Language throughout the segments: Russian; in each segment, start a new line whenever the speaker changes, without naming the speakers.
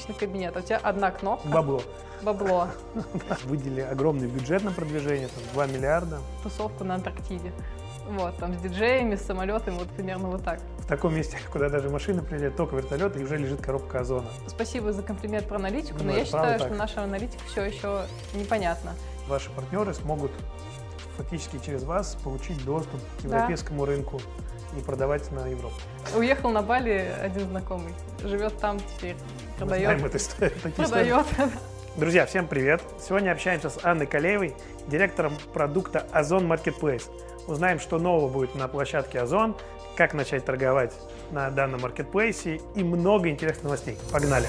личный кабинет. У тебя одна кнопка.
Бабло.
Бабло.
Выделили огромный бюджет на продвижение, там 2 миллиарда.
Тусовку на Антарктиде. Вот, там с диджеями, с самолетами, вот примерно вот так.
В таком месте, куда даже машины приезжают, только вертолеты, и уже лежит коробка Озона.
Спасибо за комплимент про аналитику, но
Ну,
я
это правда
считаю,
так.
что наша аналитика все еще непонятна.
Ваши партнеры смогут фактически через вас получить доступ к
Да.
европейскому рынку и продавать на Европу.
Уехал на Бали один знакомый, живет там теперь,
Мы знаем
продает.
такие истории.
Продает.
Друзья, всем привет! Сегодня общаемся с Анной Калеевой, директором продукта Озон Marketplace. Узнаем, что нового будет на площадке Озон, как начать торговать на данном маркетплейсе и много интересных новостей. Погнали!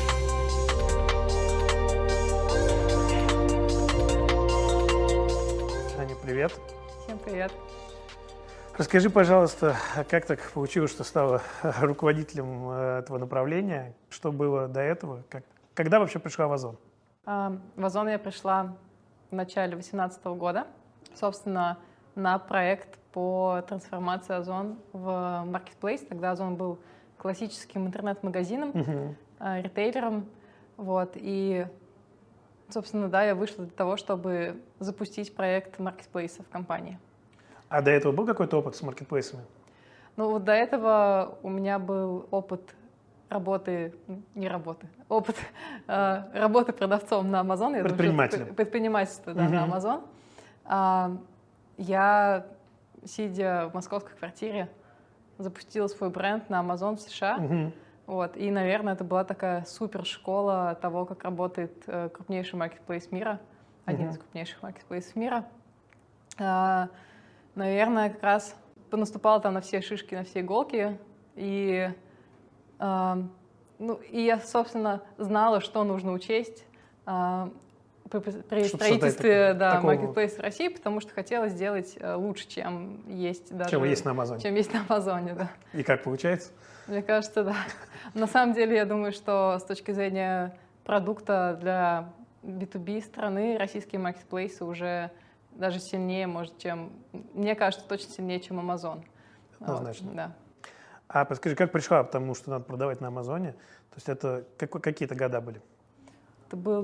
Аня, привет!
Всем привет.
Расскажи, пожалуйста, как так получилось, что стала руководителем этого направления? Что было до этого? Когда вообще пришла в Озон?
В Озон я пришла в начале 2018 года, собственно, на проект по трансформации Озон в Marketplace. Тогда Озон был классическим интернет-магазином, ритейлером. Вот, и, собственно, да, я вышла для того, чтобы запустить проект Marketplace в компании.
А до этого был какой-то опыт с маркетплейсами?
Ну, вот до этого у меня был опыт работы продавцом на Amazon.
Предпринимателем.
Предпринимательство, да, на Amazon. Я, сидя в московской квартире, запустила свой бренд на Amazon в США. Вот, и, наверное, это была такая супер школа того, как работает крупнейший маркетплейс мира, один из крупнейших маркетплейсов мира. Наверное, как раз понаступала там на все шишки, на все иголки, и я, собственно, знала, что нужно учесть при строительстве маркетплейса в России, потому что хотела сделать лучше, чем есть даже...
Чем есть на Амазоне.
Чем есть на Амазоне, да.
И как получается?
Мне кажется, да. На самом деле, я думаю, что с точки зрения продукта для B2B страны российские маркетплейсы уже даже сильнее, может, чем... Мне кажется, точно сильнее, чем Amazon.
Однозначно.
Вот, да.
А подскажи, как пришла к тому, что надо продавать на Амазоне? То есть это какие-то года были?
Это был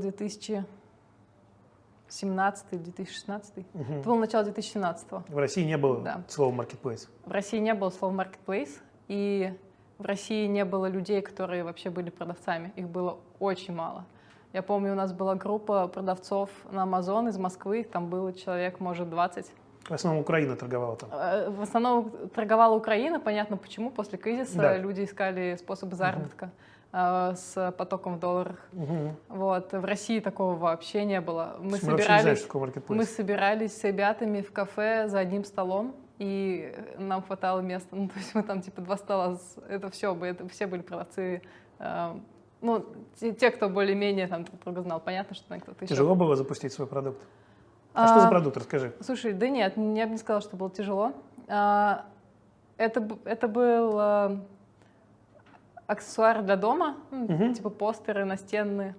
2017-2016. Это было начало 2017-го.
В России не было слова «маркетплейс».
В России не было слова «маркетплейс», и в России не было людей, которые вообще были продавцами. Их было очень мало. Я помню, у нас была группа продавцов на Amazon из Москвы, там было человек, может, 20.
В основном Украина торговала там.
В основном торговала Украина, понятно почему. После кризиса люди искали способы заработка с потоком в долларах. Вот. В России такого вообще не было. Мы собирались с ребятами в кафе за одним столом, и нам хватало места. Ну, то есть мы там типа 2 стола, это все были продавцы. Ну, те, кто более-менее там друг друга знал. Понятно, что там кто-то еще.
Тяжело было запустить свой продукт? А что за продукт? Расскажи.
Слушай, да нет, я бы не сказала, что было тяжело. Это был аксессуар для дома, типа постеры на стену.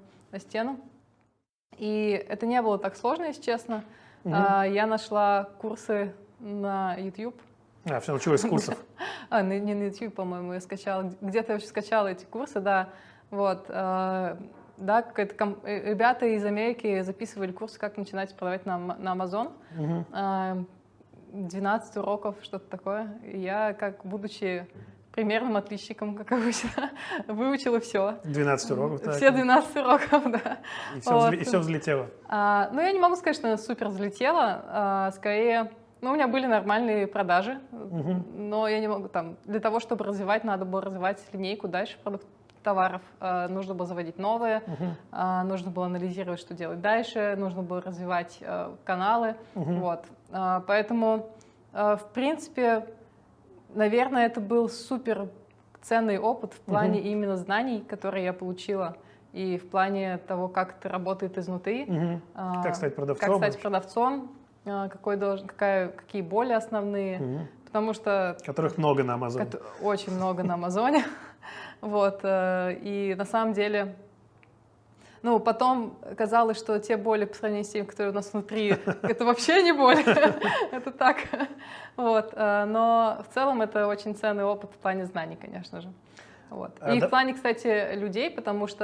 И это не было так сложно, если честно. Я нашла курсы на YouTube.
Все началось с курсов.
Не на YouTube, по-моему, я скачала. Где-то я вообще скачала эти курсы, да. Вот. Да, ребята из Америки записывали курсы, как начинать продавать на Amazon. 12 уроков, что-то такое. И я, как будучи примерным отличником, как обычно, выучила все.
12 уроков? Так.
Все 12 уроков, да.
И все взлетело?
Ну, я не могу сказать, что она супер взлетела. Скорее, у меня были нормальные продажи, но я не могу там... Для того, чтобы развивать, надо было развивать линейку дальше товаров, нужно было заводить новые, нужно было анализировать, что делать дальше, нужно было развивать каналы. Вот. Поэтому, в принципе, наверное, это был супер ценный опыт в плане именно знаний, которые я получила, и в плане того, как это работает изнутри.
Как стать продавцом?
Как стать продавцом, какие боли основные. Потому что...
Которых много на Амазоне.
Очень много на Амазоне. Вот, и на самом деле, потом казалось, что те боли по сравнению с теми, которые у нас внутри, это вообще не боль, это так. Вот, но в целом это очень ценный опыт в плане знаний, конечно же. Вот. И в плане, кстати, людей, потому что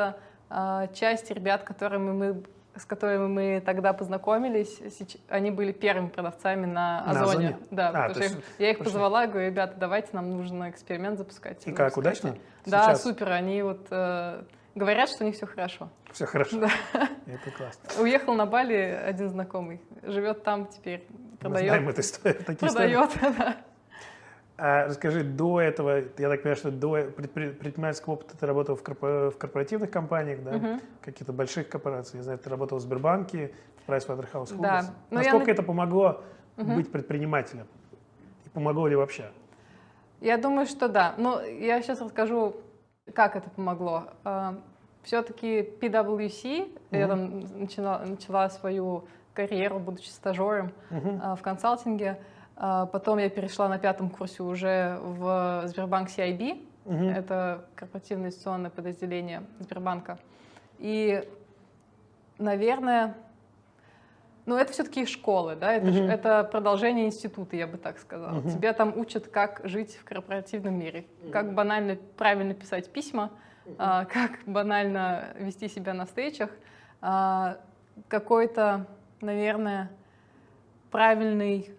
Часть ребят, с которыми мы тогда познакомились, они были первыми продавцами на Озоне. Да, потому что я их позвала, говорю, ребята, давайте, нам нужно эксперимент запускать.
И как, удачно?
Да, сейчас? Супер, они вот говорят, что у них все хорошо.
Все хорошо,
да.
Это классно.
Уехал на Бали один знакомый, живет там теперь, продает.
Мы знаем эту историю, такие
продает, да.
А расскажи, до этого, я так понимаю, что до предпринимательского опыта ты работал в корпоративных компаниях, да? Каких-то больших корпорациях. Я знаю, ты работал в Сбербанке, в PricewaterhouseCoopers.
Да.
Насколько это помогло быть предпринимателем? И помогло ли вообще?
Я думаю, что да. Но я сейчас расскажу, как это помогло. Все-таки PwC, я там начала свою карьеру, будучи стажером в консалтинге. Потом я перешла на 5-м курсе уже в Сбербанк CIB. Это корпоративное инвестиционное подразделение Сбербанка. И, наверное, это все-таки школы, да? Это продолжение института, я бы так сказала. Тебя там учат, как жить в корпоративном мире, как банально правильно писать письма, как банально вести себя на встречах, какой-то, наверное, правильный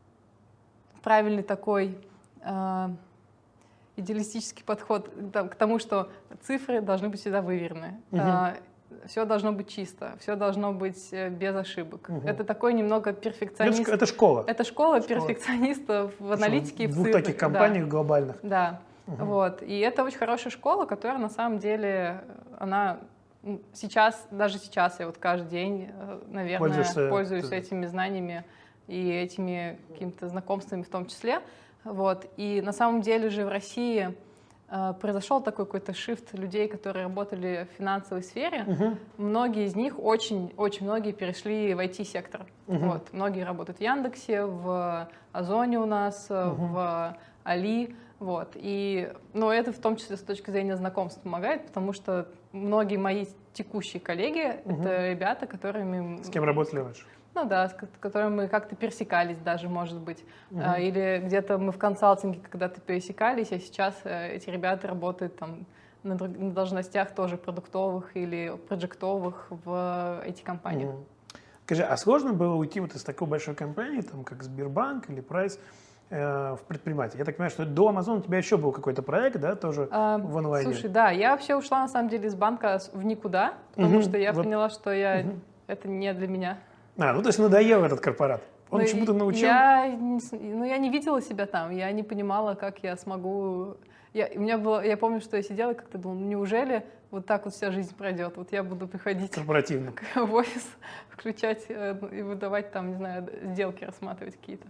такой идеалистический подход к тому, что цифры должны быть всегда выверены. Все должно быть чисто, все должно быть без ошибок. Это такой немного перфекционист.
Это школа.
Это школа перфекционистов в аналитике и в
цифрах. В двух таких компаниях глобальных.
Да. Вот. И это очень хорошая школа, которая на самом деле, она сейчас, даже сейчас я вот каждый день, наверное, пользуюсь этими знаниями и этими какими-то знакомствами в том числе. Вот. И на самом деле же в России произошел такой какой-то шифт людей, которые работали в финансовой сфере. Многие из них, очень многие перешли в IT-сектор. Вот. Многие работают в Яндексе, в Озоне у нас, в Али. Вот. И, это в том числе с точки зрения знакомств помогает, потому что многие мои текущие коллеги — это ребята, которыми...
С кем работали раньше?
Ну да, с которыми мы как-то пересекались даже, может быть. Или где-то мы в консалтинге когда-то пересекались, а сейчас эти ребята работают там на должностях тоже продуктовых или проджектовых в эти компании.
Скажи, а сложно было уйти вот из такой большой компании, там, как Сбербанк или Прайс, в предприниматель? Я так понимаю, что до Амазона у тебя еще был какой-то проект, да, тоже в онлайне?
Слушай, да, я вообще ушла на самом деле из банка в никуда, потому что я поняла, что это не для меня.
То есть надоел этот корпорат? Он чему-то научил?
Я не видела себя там, я не понимала, как я смогу... Я помню, что я сидела и как-то думала, неужели вот так вот вся жизнь пройдет? Вот я буду приходить в офис, включать и выдавать там, не знаю, сделки рассматривать какие-то.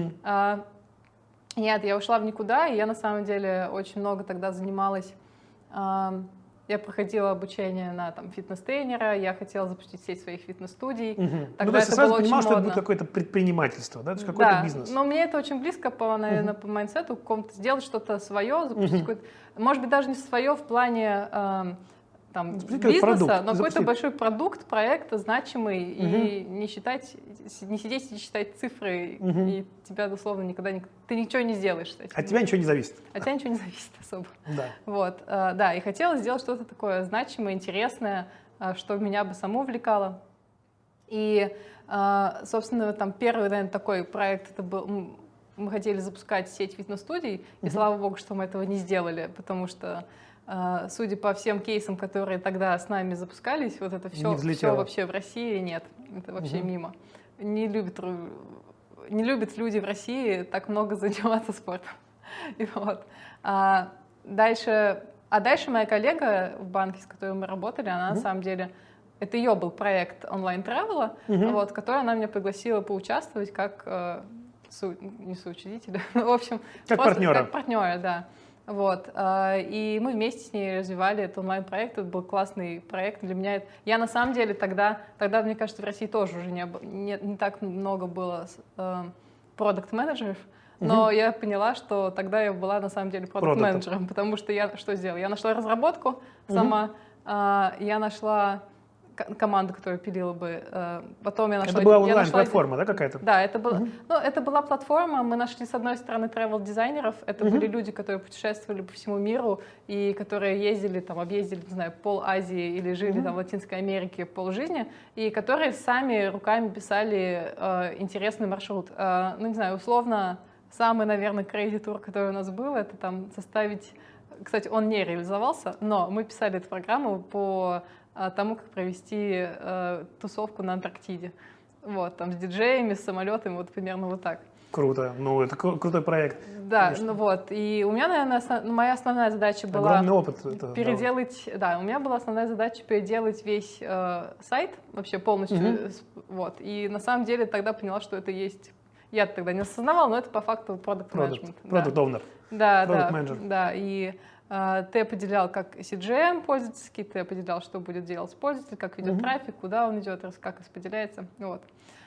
Нет, я ушла в никуда, и я на самом деле очень много тогда занималась... Я проходила обучение на фитнес-тренера, я хотела запустить сеть своих фитнес-студий.
Тогда это было очень модно. Что это будет какое-то предпринимательство, да? То есть какой-то бизнес.
Но мне это очень близко, наверное, по майндсету, сделать что-то свое, запустить какое-то... Может быть, даже не свое в плане бизнеса, но какой-то большой продукт, проект значимый, и не сидеть и считать цифры, и тебя, условно, ты ничего не сделаешь с этим.
От тебя ничего не зависит.
От тебя ничего не зависит особо.
Да.
Вот, и хотела сделать что-то такое значимое, интересное, что меня бы само увлекало. И, собственно, первый, наверное, такой проект, это был, мы хотели запускать сеть фитнес-студий, и слава богу, что мы этого не сделали, потому что судя по всем кейсам, которые тогда с нами запускались, вот это все вообще в России нет. Это вообще мимо. Не любят люди в России так много заниматься спортом. И вот. Дальше моя коллега в банке, с которой мы работали, она на самом деле, это ее был проект онлайн-тревела, который она меня пригласила поучаствовать как не соучредителя, в общем,
как партнера.
Как партнера, да. Вот. И мы вместе с ней развивали этот онлайн-проект. Это был классный проект для меня. Я на самом деле тогда, мне кажется, в России тоже уже не так много было продакт-менеджеров, но я поняла, что тогда я была на самом деле продакт-менеджером, потому что я что сделала? Я нашла разработку сама, я нашла команду, которая пилила бы. Потом я нашла...
Это была онлайн-платформа, да, какая-то?
Да, это была платформа. Мы нашли, с одной стороны, travel-дизайнеров. Это были люди, которые путешествовали по всему миру и которые ездили, там, объездили, не знаю, пол Азии или жили там в Латинской Америке полжизни, и которые сами руками писали интересный маршрут. Ну, не знаю, условно, самый, наверное, crazy тур, который у нас был, это там составить... Кстати, он не реализовался, но мы писали эту программу по тому, как провести тусовку на Антарктиде. Вот, там с диджеями, с самолетами, вот примерно вот так.
Круто. Ну, это крутой проект.
Да,
конечно.
ну вот. И у меня, наверное, моя основная задача была...
Огромный опыт.
Переделать... Да, у меня была основная задача переделать весь сайт, вообще полностью. Вот. И на самом деле тогда поняла, что это есть... Я тогда не осознавала, но это по факту продукт менеджмент.
Продукт овнер.
Да, да. И ты определял, как CGM пользовательский, ты определял, что будет делать пользователь, как ведет трафик, куда он идет, как распределяется. Вот.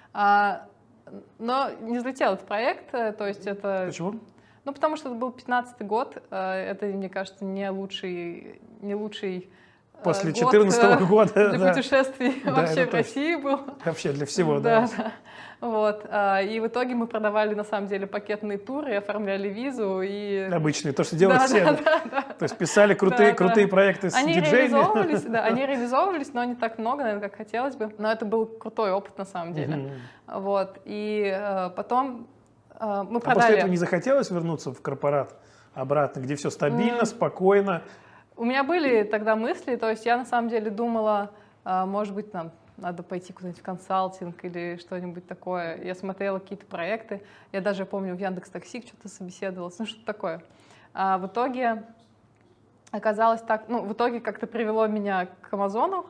Но не взлетел этот проект, то есть это...
Почему?
Ну, потому что это был 15-й год, это, мне кажется, не лучший
После 2014 года
для путешествий вообще в России был.
Вообще для всего, да.
Вот. И в итоге мы продавали, на самом деле, пакетные туры, оформляли визу. И...
Обычные, то, что делают все. То есть писали крутые проекты с диджеями.
Они реализовывались, но не так много, наверное, как хотелось бы. Но это был крутой опыт, на самом деле. Вот. И потом мы продали... А
после этого не захотелось вернуться в корпорат обратно, где все стабильно, спокойно?
У меня были тогда мысли, то есть я на самом деле думала, может быть, нам надо пойти куда-нибудь в консалтинг или что-нибудь такое. Я смотрела какие-то проекты, я даже помню в Яндекс.Такси что-то собеседовалась, ну что-то такое. А в итоге оказалось так, ну в итоге как-то привело меня к Амазону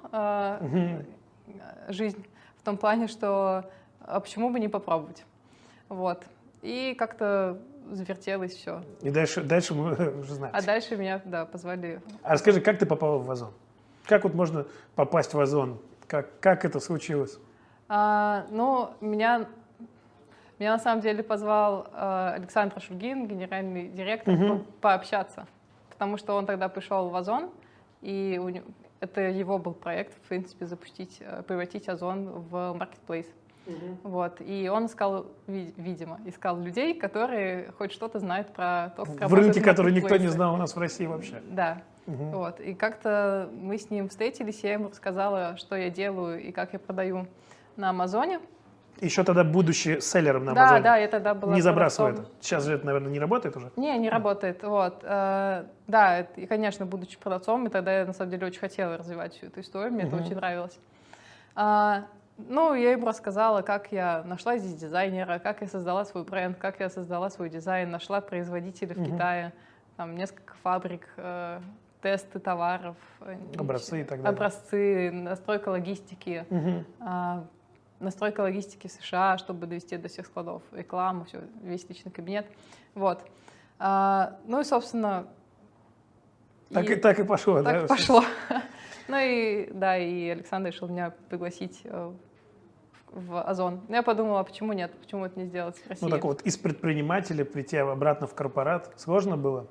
жизнь в том плане, что почему бы не попробовать. Вот. И как-то завертелось все.
И дальше мы уже знаем.
А дальше меня, да, позвали.
А расскажи, как ты попала в Озон? Как вот можно попасть в Озон? Как это случилось?
Ну, меня на самом деле позвал Александр Шульгин, генеральный директор, пообщаться. Потому что он тогда пришел в Озон, и это его был проект, в принципе, превратить Озон в marketplace. Вот. И он искал, видимо, людей, которые хоть что-то знают про то, как работает.
В рынке, который никто не знал у нас в России вообще.
Да. Вот. И как-то мы с ним встретились, я ему рассказала, что я делаю и как я продаю на Амазоне.
Еще тогда будучи селлером на Амазоне.
Да, я тогда была...
Не забрасывай это. Сейчас же это, наверное, не работает уже?
Не работает. Вот. Да, и, конечно, будучи продавцом, и тогда я, на самом деле, очень хотела развивать всю эту историю, мне это очень нравилось. Ну, я ему рассказала, как я нашла здесь дизайнера, как я создала свой бренд, как я создала свой дизайн, нашла производителя в Китае, там несколько фабрик, тесты товаров,
образцы и так далее.
Образцы, настройка логистики, настройка логистики в США, чтобы довести до всех складов, рекламу, все, весь личный кабинет. Вот. Ну и, собственно...
Так и пошло, да?
Так пошло. Ну и, да, и Александр решил меня пригласить в Озон. Я подумала, почему нет, почему это не сделать в России.
Ну так вот, из предпринимателя прийти обратно в корпорат сложно было?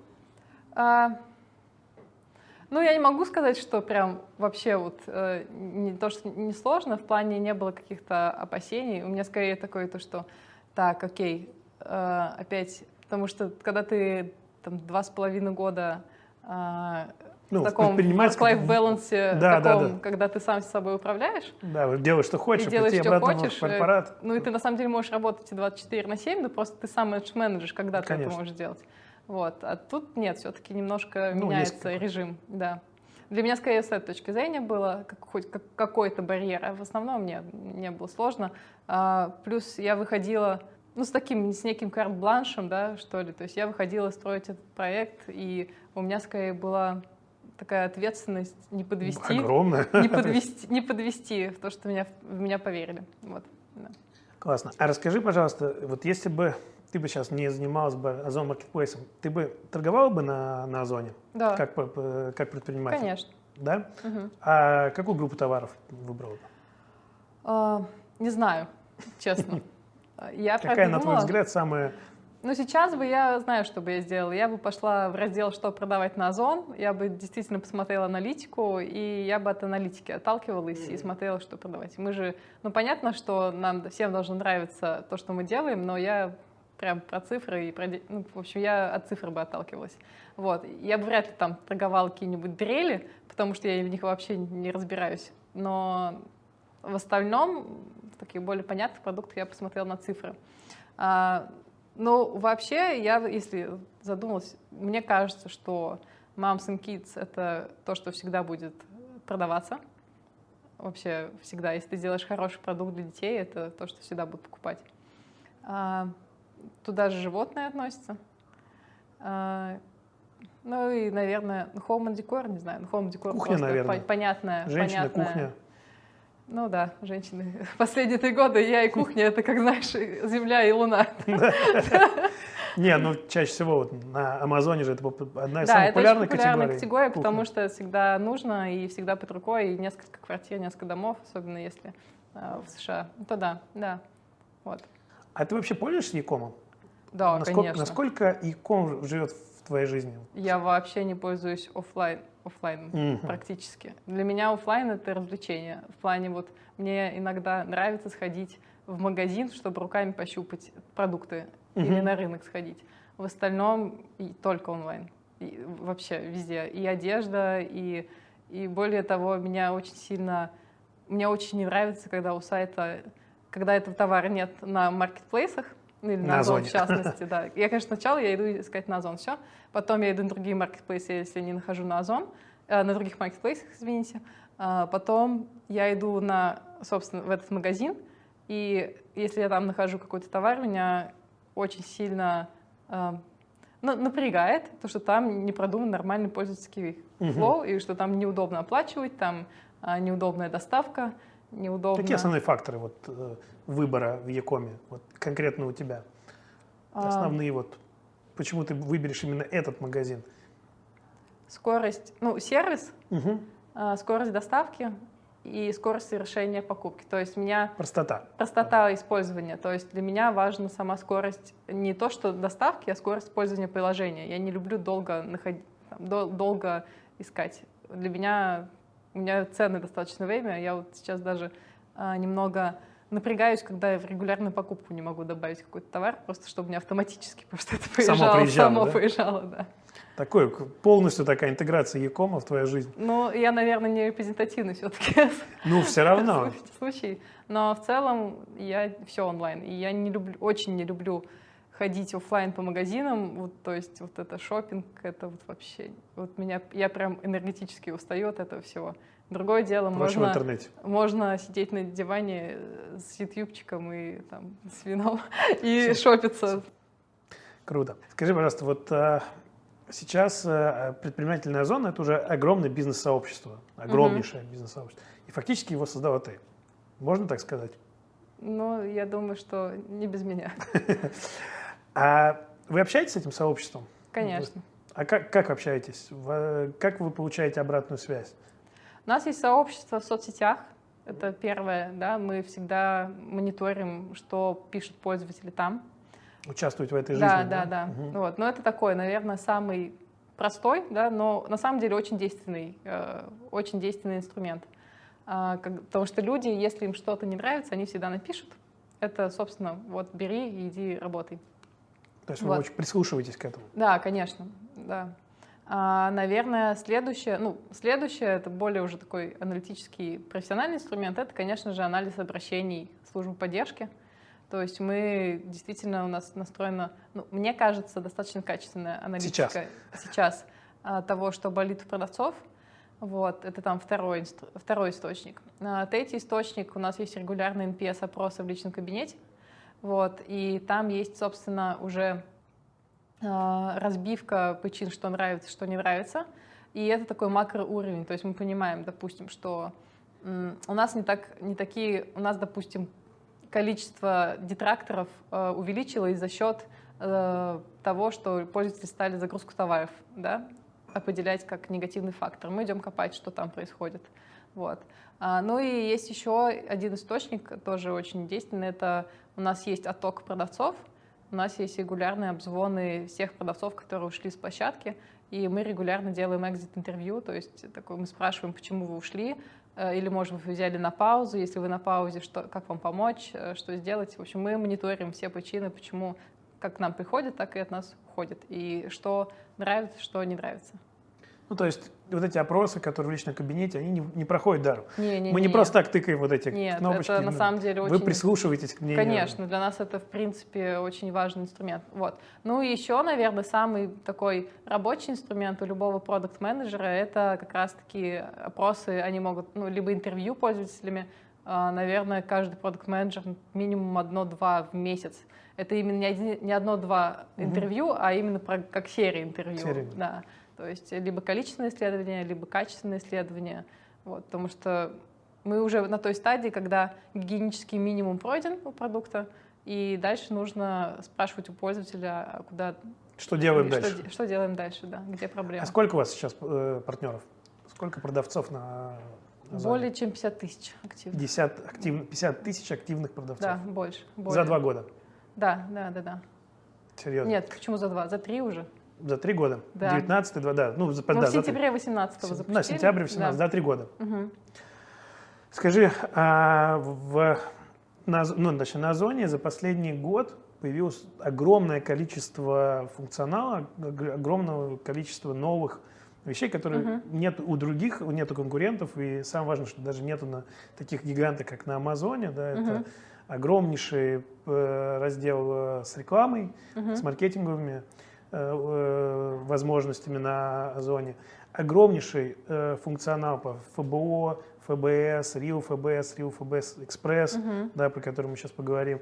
Ну, я не могу сказать, что прям вообще вот не то, что не сложно, в плане не было каких-то опасений. У меня скорее такое то, что так, окей, опять, потому что когда ты там 2,5 года в таком work-life balance, когда ты сам с собой управляешь.
Да, делаешь, что хочешь,
делаешь,
что хочешь, в корпорат.
Ну и ты на самом деле можешь работать 24/7, но просто ты сам менеджешь, когда ты это можешь делать. Вот. А тут нет, все-таки немножко меняется режим. Да. Для меня скорее с этой точки зрения было хоть какой-то барьер, а в основном мне не было сложно. Плюс я выходила с неким карт-бланшем, да, что ли. То есть я выходила строить этот проект, и у меня скорее была такая ответственность не подвести.
Огромная.
Не подвести в то, что в меня поверили. Вот. Да.
Классно. А расскажи, пожалуйста, вот если бы ты бы сейчас не занималась бы Озон Маркетплейсом, ты бы торговала бы на Озоне?
Да.
Как предприниматель?
Конечно.
Да? А какую группу товаров выбрала бы?
Не знаю, честно.
Какая, на твой взгляд, самая
Ну, сейчас бы я знаю, что бы я сделала. Я бы пошла в раздел «Что продавать на Озон», я бы действительно посмотрела аналитику, и я бы от аналитики отталкивалась и смотрела, что продавать. Мы же, ну, понятно, что нам всем должно нравиться то, что мы делаем, но я прям про цифры и про... Ну, в общем, я от цифр бы отталкивалась. Вот. Я бы вряд ли там торговала какие-нибудь дрели, потому что я в них вообще не разбираюсь. Но в остальном, в таких более понятных продуктах я посмотрела на цифры. Ну, вообще, я, если задумалась, мне кажется, что Moms and Kids — это то, что всегда будет продаваться. Вообще всегда. Если ты делаешь хороший продукт для детей, это то, что всегда будут покупать. Туда же животные относятся. Ну и, наверное, home and decor, не знаю. Home decor
кухня,
просто
наверное.
Понятная.
Женщина, кухня.
Ну да, женщины. Последние 3 года я и кухня — это, как знаешь, земля и луна.
Не, ну чаще всего вот на Амазоне же это одна из самых популярных категорий.
Да, это очень популярная категория, потому что всегда нужно и всегда под рукой, и несколько квартир, несколько домов, особенно если в США. То да, вот.
А ты вообще пользуешься e-com?
Да, конечно.
Насколько e-com живет в твоей жизни?
Я вообще не пользуюсь офлайном практически. Для меня офлайн — это развлечение. В плане вот мне иногда нравится сходить в магазин, чтобы руками пощупать продукты или на рынок сходить. В остальном только онлайн. И вообще везде. И одежда, и более того, мне очень не нравится, когда у сайта, когда этого товара нет на маркетплейсах, или на Озон, в частности, да. Я, конечно, сначала я иду искать на Озон, все. Потом я иду на другие маркетплейсы, если не нахожу на Озон, на других маркетплейсах, извините. Потом я иду собственно, в этот магазин, и если я там нахожу какой-то товар, меня очень сильно напрягает, то, что там не продуман нормальный пользовательский флоу, и что там неудобно оплачивать, там неудобная доставка, неудобно...
Какие основные факторы вот, выбора в e-com, вот, конкретно у тебя? Основные вот, почему ты выберешь именно этот магазин?
Скорость, сервис, скорость доставки и скорость совершения покупки. То есть простота использования. То есть для меня важна сама скорость, не то что доставки, а скорость использования приложения. Я не люблю долго искать. У меня ценное достаточно время. Я вот сейчас даже немного напрягаюсь, когда я в регулярную покупку не могу добавить какой-то товар, просто чтобы мне автоматически, потому что это само приезжало, да.
Полностью такая интеграция e-com в твою жизнь.
Ну, я, наверное, не репрезентативный все-таки.
Ну, все равно.
Случай. Но в целом я все онлайн. И я очень не люблю ходить офлайн по магазинам. Вот, то есть вот это шопинг, это вот вообще... Вот я прям энергетически устаю от этого всего. Другое дело, можно сидеть на диване с ютубчиком и там, с вином и шопиться.
Круто. Скажи, пожалуйста, вот сейчас предпринимательная Озон — это уже огромное бизнес-сообщество, огромнейшее бизнес-сообщество. И фактически его создала ты. Можно так сказать? Ну,
я думаю, что не без меня.
А вы общаетесь с этим сообществом?
Конечно.
А как общаетесь? Как вы получаете обратную связь?
У нас есть сообщество в соцсетях. Это первое, да, мы всегда мониторим, что пишут пользователи там.
Участвовать в этой жизни, да?
Да. Вот. Но это такой, наверное, самый простой, да, но на самом деле очень действенный инструмент. Потому что люди, если им что-то не нравится, они всегда напишут. Это, собственно, вот бери и иди работай.
То есть вы очень прислушиваетесь к этому? Да,
конечно, да. Наверное, следующее, это более уже такой аналитический профессиональный инструмент, это, конечно же, анализ обращений службы поддержки. То есть у нас настроена, мне кажется, достаточно качественная аналитика сейчас того, что болит у продавцов. Вот, это там второй источник. Третий источник, у нас есть регулярные NPS-опросы в личном кабинете. Вот, и там есть, собственно, уже разбивка причин, что нравится, что не нравится. И это такой макроуровень. То есть мы понимаем, допустим, что у нас у нас, допустим, количество детракторов увеличилось за счет того, что пользователи стали загрузку товаров, да, определять как негативный фактор. Мы идем копать, что там происходит. Вот. Ну и есть еще один источник, тоже очень действенный, это у нас есть отток продавцов, У нас есть регулярные обзвоны всех продавцов, которые ушли с площадки, и мы регулярно делаем экзит-интервью, то есть мы спрашиваем, почему вы ушли, или, может быть, вы взяли на паузу, если вы на паузе, как вам помочь, что сделать. В общем, мы мониторим все причины, почему как к нам приходят, так и от нас уходят, и что нравится, что не нравится.
Ну, то есть вот эти опросы, которые в личном кабинете, они не проходят даром. Мы не
нет.
просто так тыкаем вот эти
Нет,
кнопочки.
это на самом деле
Вы
очень...
прислушиваетесь к мнению.
Конечно, для нас это, в принципе, очень важный инструмент. Вот. Ну и еще, наверное, самый такой рабочий инструмент у любого продакт-менеджера — это как раз-таки опросы, они могут, либо интервью пользователями, наверное, каждый продакт-менеджер минимум 1-2 в месяц. Это именно не 1-2 интервью, а именно как серия интервью. Да. То есть либо количественное исследование, либо качественное исследование. Вот, потому что мы уже на той стадии, когда гигиенический минимум пройден у продукта, и дальше нужно спрашивать у пользователя, куда...
Что делаем дальше?
Что делаем дальше, да, где проблема.
А сколько у вас сейчас партнеров? Сколько продавцов на Озоне?
Более чем 50 тысяч активных.
50 тысяч активных продавцов?
Да, больше.
За 2 года?
Да.
Серьезно?
Нет, почему за 2? За 3 уже.
За 3 года?
Да.
19-й, да.
В сентябре 18-го запустили.
На сентябре 18
да.
За 3 года.
Угу.
Скажи, на Озоне за последний год появилось огромное количество функционала, огромное количество новых вещей, которые нет у других, нету конкурентов, и самое важное, что даже нету на таких гигантах, как на Амазоне, да, это огромнейший раздел с рекламой, с маркетинговыми возможностями на Озоне, огромнейший функционал по ФБО, ФБС, Рио ФБС Экспресс, да, про который мы сейчас поговорим.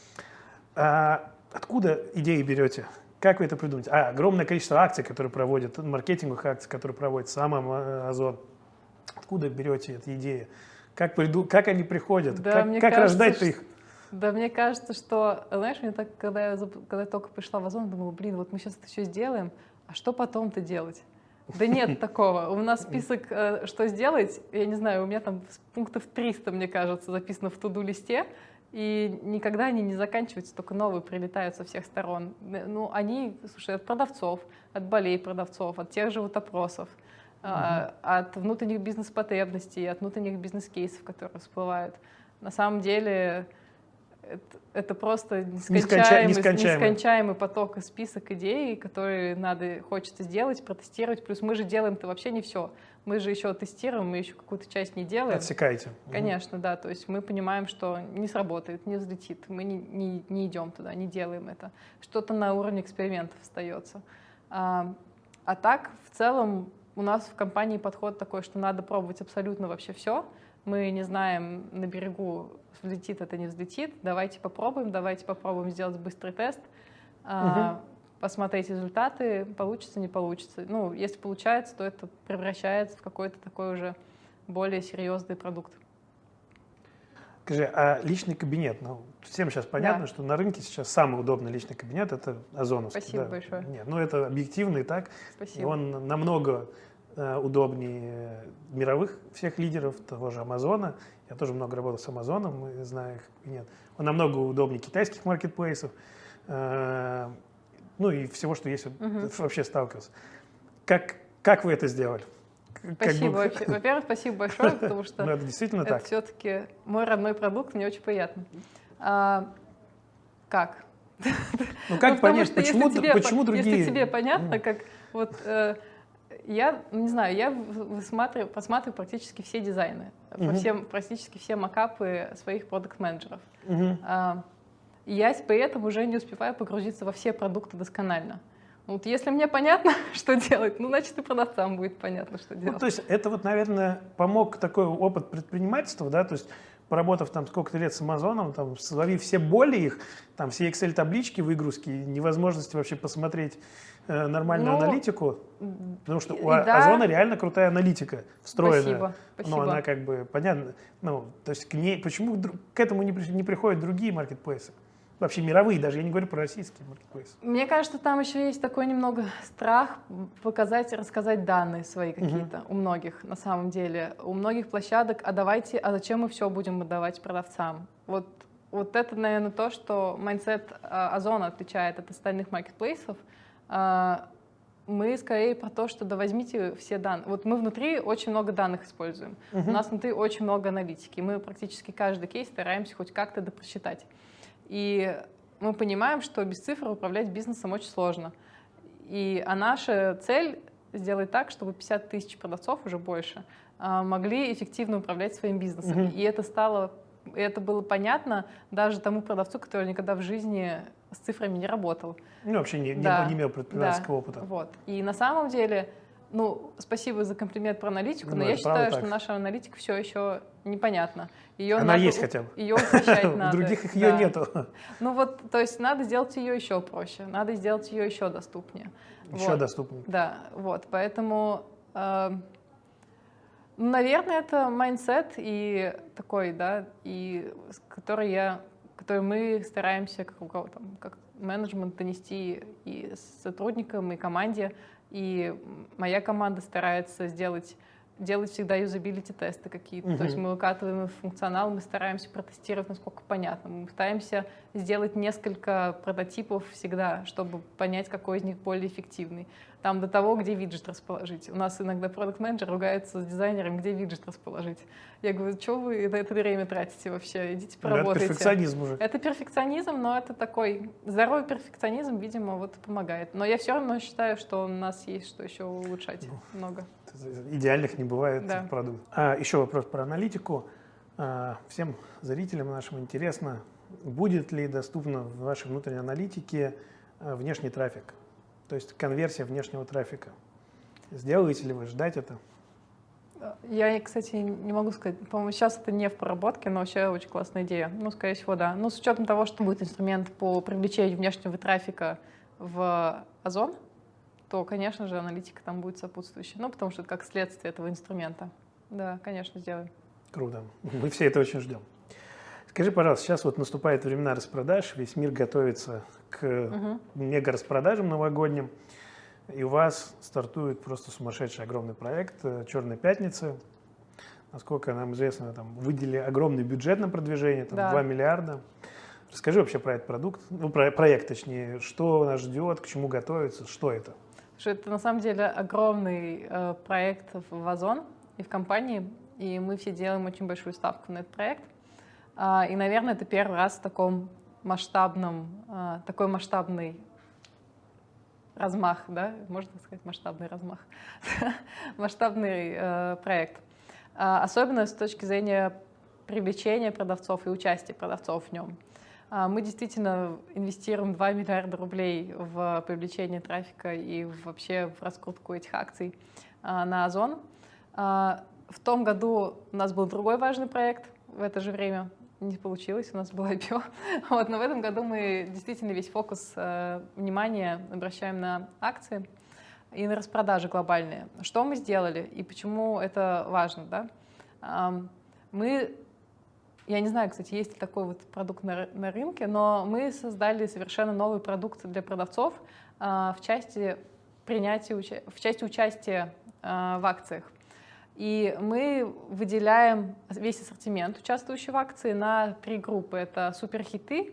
Откуда идеи берете? Как вы это придумаете? Огромное количество акций, которые проводят, маркетинговых акций, которые проводит сам Озон. Откуда берете эти идеи? Как они приходят?
Да,
как рождать-то их?
Да, мне кажется, что, знаешь, мне так, когда я только пришла в Озон, я думала, вот мы сейчас это все сделаем, а что потом-то делать? Да нет такого. У нас список, что сделать, я не знаю, у меня там пунктов 300, мне кажется, записано в туду-листе, и никогда они не заканчиваются, только новые прилетают со всех сторон. Они, слушай, от продавцов, от болей продавцов, от тех же вот опросов, от внутренних бизнес-потребностей, от внутренних бизнес-кейсов, которые всплывают. На самом деле это просто нескончаемый поток и список идей, которые хочется сделать, протестировать. Плюс мы же делаем-то вообще не все. Мы же еще тестируем, мы еще какую-то часть не делаем.
Отсекаете.
Конечно, да. То есть мы понимаем, что не сработает, не взлетит. Мы не идем туда, не делаем это. Что-то на уровне экспериментов остается. А так, в целом, у нас в компании подход такой, что надо пробовать абсолютно вообще все. Мы не знаем на берегу, взлетит это, не взлетит. Давайте попробуем сделать быстрый тест, посмотреть результаты, получится, не получится. Если получается, то это превращается в какой-то такой уже более серьезный продукт.
Скажи, а личный кабинет? Всем сейчас понятно, что на рынке сейчас самый удобный личный кабинет — это озоновский.
Спасибо большое.
Нет, это объективно и так.
Спасибо.
И он намного удобнее мировых всех лидеров, того же Амазона. Я тоже много работал с Амазоном, и знаю их кабинет. Он намного удобнее китайских маркетплейсов, и всего, что есть, вообще сталкивался. Как вы это сделали?
Спасибо. Во-первых, спасибо большое, потому что
это действительно так.
Все-таки мой родной продукт, мне очень приятно. Как?
Как понять, почему другие...
Если тебе понятно, как я не знаю, я просматриваю практически все дизайны, практически все макапы своих продакт-менеджеров. Я при этом уже не успеваю погрузиться во все продукты досконально. Если мне понятно, что делать, значит и продавцам будет понятно, что делать.
То есть это наверное, помог такой опыт предпринимательства, да, то есть поработав там сколько-то лет с Амазоном, словив все боли их, все Excel-таблички, выгрузки, невозможности вообще посмотреть нормальную аналитику, потому что у Озона реально крутая аналитика встроенная.
Спасибо.
Но она понятно, то есть почему к этому не приходят другие маркетплейсы? Вообще мировые, даже я не говорю про российские маркетплейсы.
Мне кажется, там еще есть такой немного страх показать и рассказать данные свои какие-то у многих, на самом деле. У многих площадок, а зачем мы все будем отдавать продавцам? вот это, наверное, то, что майндсет Озона отличает от остальных маркетплейсов. Мы скорее про то, что да возьмите все данные. Вот мы внутри очень много данных используем. У нас внутри очень много аналитики. Мы практически каждый кейс стараемся хоть как-то допросчитать. И мы понимаем, что без цифр управлять бизнесом очень сложно. А наша цель сделать так, чтобы 50 тысяч продавцов, уже больше, могли эффективно управлять своим бизнесом. И это было понятно даже тому продавцу, который никогда в жизни с цифрами не работал.
Ну, вообще не имел предпринимательского опыта.
Вот. И на самом деле, спасибо за комплимент про аналитику, но я считаю, что наша аналитика все еще непонятна.
Она есть хотя бы.
Ее упрощать надо.
У других ее нету.
То есть надо сделать ее еще проще, надо сделать ее еще доступнее.
Еще доступнее.
Да, поэтому, наверное, это майндсет и такой, и который мы стараемся как менеджмент донести и сотрудникам, и команде. И моя команда старается делать всегда юзабилити-тесты какие-то. То есть мы выкатываем функционал, мы стараемся протестировать, насколько понятно. Мы пытаемся сделать несколько прототипов всегда, чтобы понять, какой из них более эффективный. Там до того, где виджет расположить. У нас иногда продакт-менеджер ругается с дизайнером, где виджет расположить. Я говорю, что вы на это время тратите вообще? Идите поработайте.
Это перфекционизм уже.
Это перфекционизм, но это такой здоровый перфекционизм, видимо, помогает. Но я все равно считаю, что у нас есть что еще улучшать много.
Идеальных не бывает продуктов. Еще вопрос про аналитику. Всем зрителям нашим интересно, будет ли доступно в вашей внутренней аналитике внешний трафик? То есть конверсия внешнего трафика. Сделаете ли вы ждать это?
Я, кстати, не могу сказать. По-моему, сейчас это не в проработке, но вообще очень классная идея. Скорее всего, да. С учетом того, что будет инструмент по привлечению внешнего трафика в Озон, то, конечно же, аналитика там будет сопутствующая. Потому что это как следствие этого инструмента. Да, конечно, сделаем.
Круто. Мы все это очень ждем. Скажи, пожалуйста, сейчас наступают времена распродаж, весь мир готовится к мега-распродажам новогодним, и у вас стартует просто сумасшедший огромный проект «Черная пятница». Насколько нам известно, там выделили огромный бюджет на продвижение, 2 миллиарда. Расскажи вообще про этот продукт, проект точнее, что нас ждет, к чему готовится, что это?
Это на самом деле огромный проект в Озон и в компании, и мы все делаем очень большую ставку на этот проект. И, наверное, это первый раз в такой масштабный размах, да, можно сказать, масштабный размах, масштабный проект. Особенно с точки зрения привлечения продавцов и участия продавцов в нем. Мы действительно инвестируем 2 миллиарда рублей в привлечение трафика и вообще в раскрутку этих акций на Озон. В том году у нас был другой важный проект в это же время. Не получилось, у нас было IPO. Но в этом году мы действительно весь фокус внимания обращаем на акции и на распродажи глобальные. Что мы сделали и почему это важно? Да? Я не знаю, кстати, есть ли такой продукт на рынке, но мы создали совершенно новый продукт для продавцов в части участия в акциях. И мы выделяем весь ассортимент, участвующий в акции, на 3 группы. Это суперхиты.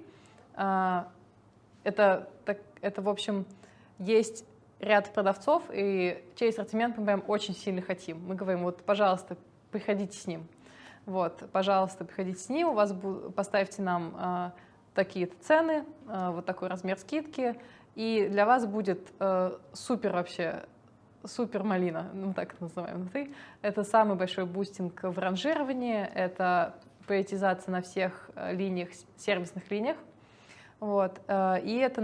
Это, в общем, есть ряд продавцов, и чей ассортимент мы прям очень сильно хотим. Мы говорим, пожалуйста, приходите с ним. Пожалуйста, приходите с ним, поставьте нам такие-то цены, такой размер скидки, и для вас будет супер малина, так это называем внутри. Это самый большой бустинг в ранжировании, это приоритизация на всех сервисных линиях. И это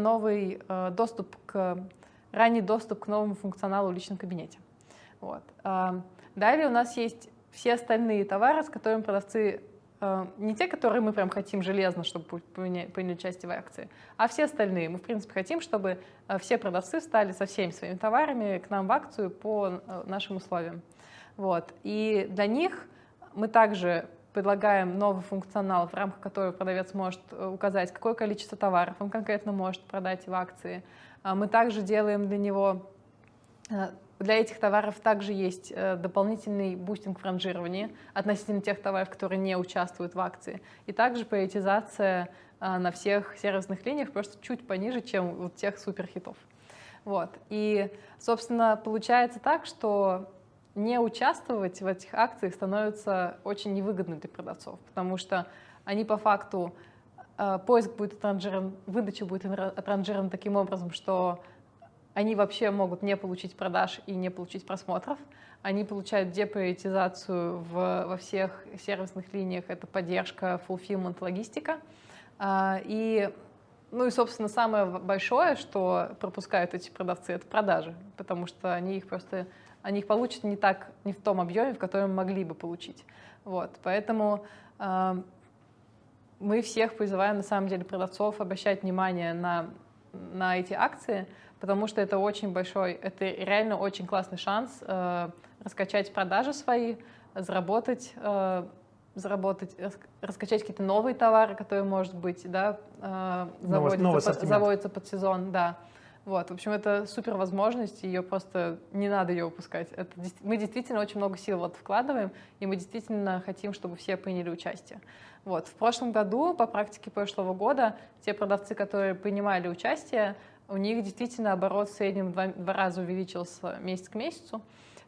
ранний доступ к новому функционалу в личном кабинете. Далее у нас есть все остальные товары, с которыми продавцы, не те, которые мы прям хотим железно, чтобы приняли участие в акции, а все остальные. Мы, в принципе, хотим, чтобы все продавцы встали со всеми своими товарами к нам в акцию по нашим условиям. И для них мы также предлагаем новый функционал, в рамках которого продавец может указать, какое количество товаров он конкретно может продать в акции. Мы также делаем для него Для этих товаров также есть дополнительный бустинг в ранжировании относительно тех товаров, которые не участвуют в акции. И также приоритизация на всех сервисных линиях просто чуть пониже, чем вот тех суперхитов. Вот. И, собственно, получается так, что не участвовать в этих акциях становится очень невыгодно для продавцов, потому что они по факту, поиск будет отранжирован, выдача будет отранжирована таким образом, что они вообще могут не получить продаж и не получить просмотров. Они получают деприоритизацию во всех сервисных линиях. Это поддержка, fulfillment, логистика. Ну и, собственно, самое большое, что пропускают эти продавцы, это продажи, потому что они их получат не в том объеме, в котором могли бы получить. Вот. Поэтому мы всех призываем, на самом деле, продавцов обращать внимание на эти акции, потому что это очень большой, это реально очень классный шанс раскачать продажи свои, раскачать какие-то новые товары, которые, может быть, да, заводятся под сезон. Да. Вот, в общем, это супер возможность, ее просто не надо ее упускать. Мы действительно очень много сил в это вкладываем, и мы действительно хотим, чтобы все приняли участие. Вот. В прошлом году, по практике прошлого года, те продавцы, которые принимали участие, у них действительно оборот в среднем в 2 раза увеличился месяц к месяцу.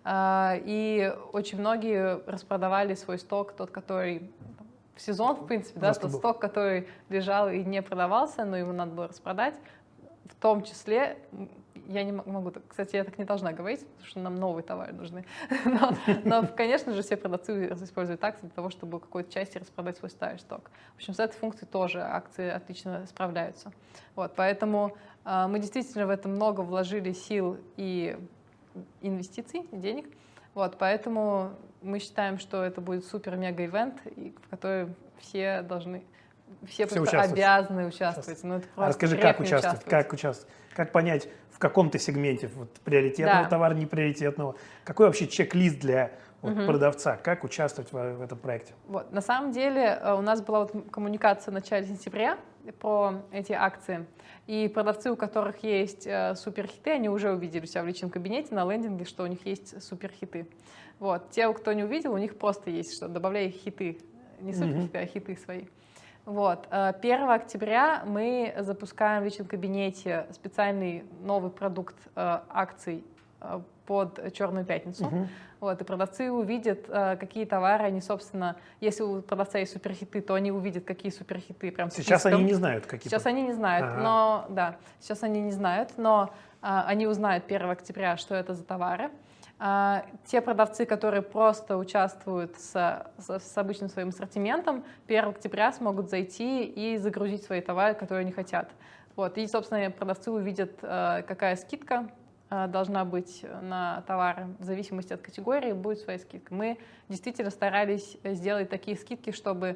И очень многие распродавали свой сток, тот, который в сезон, в принципе, да, тот сток, который лежал и не продавался, но его надо было распродать. В том числе, я не могу, кстати, я так не должна говорить, потому что нам новые товары нужны. Но, конечно же, все продавцы используют акции для того, чтобы какой-то части распродать свой старый сток. В общем, с этой функцией тоже акции отлично справляются. Вот, поэтому мы действительно в это много вложили сил и инвестиций, денег. Вот, поэтому мы считаем, что это будет супер-мега-ивент, в который все просто обязаны участвовать. Ну, это
расскажи, как участвовать? Как понять, в каком ты сегменте, вот, приоритетного товара, неприоритетного? Какой вообще чек-лист для продавца? Как участвовать в этом проекте?
Вот, на самом деле у нас была коммуникация в начале сентября про эти акции. И продавцы, у которых есть суперхиты, они уже увидели у себя в личном кабинете на лендинге, что у них есть суперхиты. Вот. Те, кто не увидел, у них просто есть, что добавляй хиты, не суперхиты, а хиты свои. Вот. 1 октября мы запускаем в личном кабинете специальный новый продукт акций под Черную пятницу. Вот, и продавцы увидят, какие товары они, собственно, если у продавца есть суперхиты, то они увидят, какие суперхиты прям
Сейчас они не знают, какие.
Сейчас они не знают, но да, сейчас они не знают, но они узнают 1 октября, что это за товары. Те продавцы, которые просто участвуют с обычным своим ассортиментом, 1 октября смогут зайти и загрузить свои товары, которые они хотят. Вот, и, собственно, продавцы увидят, какая скидка должна быть на товары. В зависимости от категории будет своя скидка. Мы действительно старались сделать такие скидки, чтобы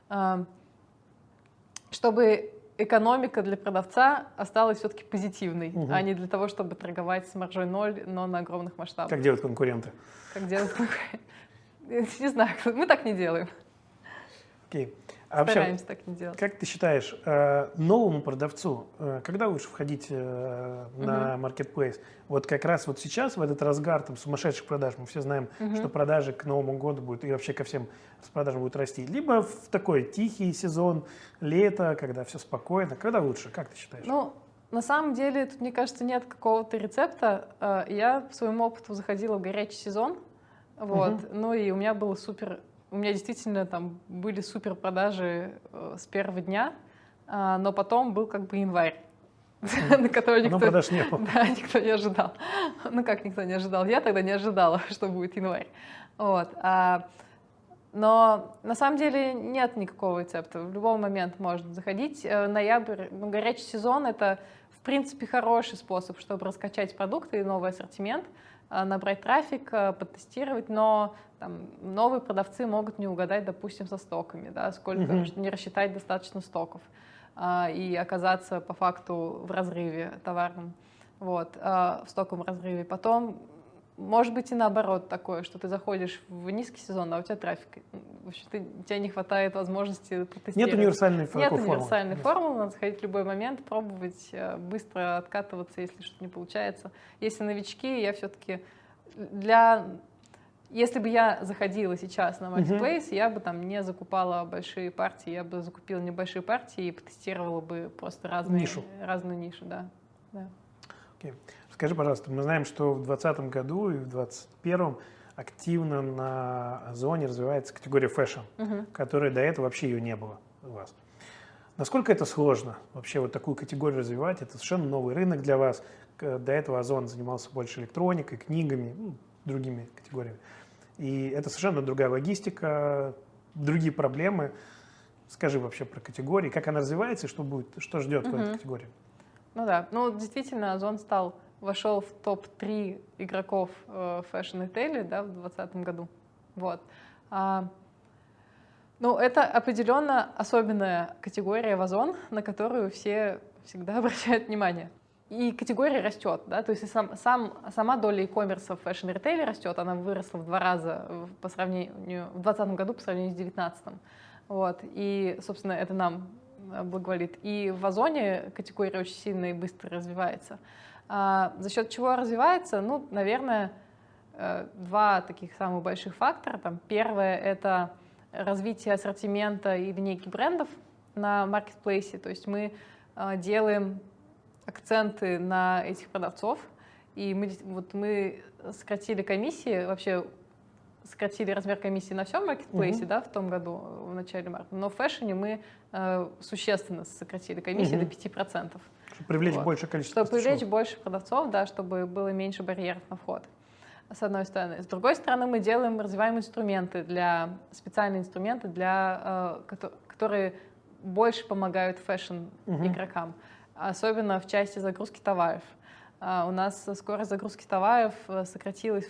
экономика для продавца осталась все-таки позитивной, а не для того, чтобы торговать с маржой 0, но на огромных масштабах.
Как делают конкуренты?
Как делают конкуренты? Не знаю, мы так не делаем.
Окей.
Стараемся так не делать.
Как ты считаешь, новому продавцу, когда лучше входить на Marketplace? Вот как раз вот сейчас, в этот разгар там, сумасшедших продаж, мы все знаем, что продажи к Новому году будут и вообще ко всем распродажам будут расти. Либо в такой тихий сезон, лето, когда все спокойно. Когда лучше? Как ты считаешь?
Ну, на самом деле, тут, мне кажется, нет какого-то рецепта. Я по своему опыту заходила в горячий сезон, вот, ну и у меня было у меня действительно там были супер продажи с первого дня, но потом был как бы январь, на который никто не ожидал. Ну как никто не ожидал? Я тогда не ожидала, что будет январь. Вот. Но на самом деле нет никакого рецепта. В любой момент можно заходить. Ноябрь, горячий сезон — это в принципе хороший способ, чтобы раскачать продукты и новый ассортимент, набрать трафик, потестировать, но там, новые продавцы могут не угадать, допустим, со стоками, да, не рассчитать достаточно стоков и оказаться по факту в разрыве товарном, вот, в стоковом разрыве. Потом Может быть и наоборот такое, что ты заходишь в низкий сезон, а у тебя трафик. В общем, у тебя не хватает возможности протестировать.
Нет универсальной формулы.
Нет универсальной формулы, надо заходить в любой момент, пробовать, быстро откатываться, если что-то не получается. Если новички, я все-таки Если бы я заходила сейчас на Marketplace, я бы там не закупала большие партии, я бы закупила небольшие партии и потестировала бы просто разную нишу, да.
Okay. Скажи, пожалуйста, мы знаем, что в 2020 году и в 2021 активно на Озоне развивается категория фэшн, которой до этого вообще ее не было у вас. Насколько это сложно вообще вот такую категорию развивать? Это совершенно новый рынок для вас. До этого Озон занимался больше электроникой, книгами, другими категориями. И это совершенно другая логистика, другие проблемы. Скажи вообще про категории, как она развивается и что ждет в этой категории?
Ну да, действительно, Озон вошел в топ-3 игроков фэшн-ритейля, да, в 2020 году. Вот. Это определенно особенная категория в Озон, на которую все всегда обращают внимание. И категория растет, да, то есть сама доля e-commerce в фэшн-ритейле растет, она выросла в 2 раза в 2020 году по сравнению с 2019. Вот. И, собственно, это нам благоволит. И в Озоне категория очень сильно и быстро развивается. За счет чего развивается? Наверное, 2 таких самых больших фактора. Первое — это развитие ассортимента и линейки брендов на маркетплейсе. То есть мы делаем акценты на этих продавцов, и мы сократили комиссии, вообще сократили размер комиссии на всем маркетплейсе, да, в том году, в начале марта, но в фэшне мы существенно сократили комиссии до 5%.
Чтобы привлечь большее количество
Чтобы привлечь больше продавцов, да, чтобы было меньше барьеров на вход, с одной стороны. С другой стороны, мы развиваем специальные инструменты, которые больше помогают фэшн-игрокам, особенно в части загрузки товаров. У нас скорость загрузки товаров сократилась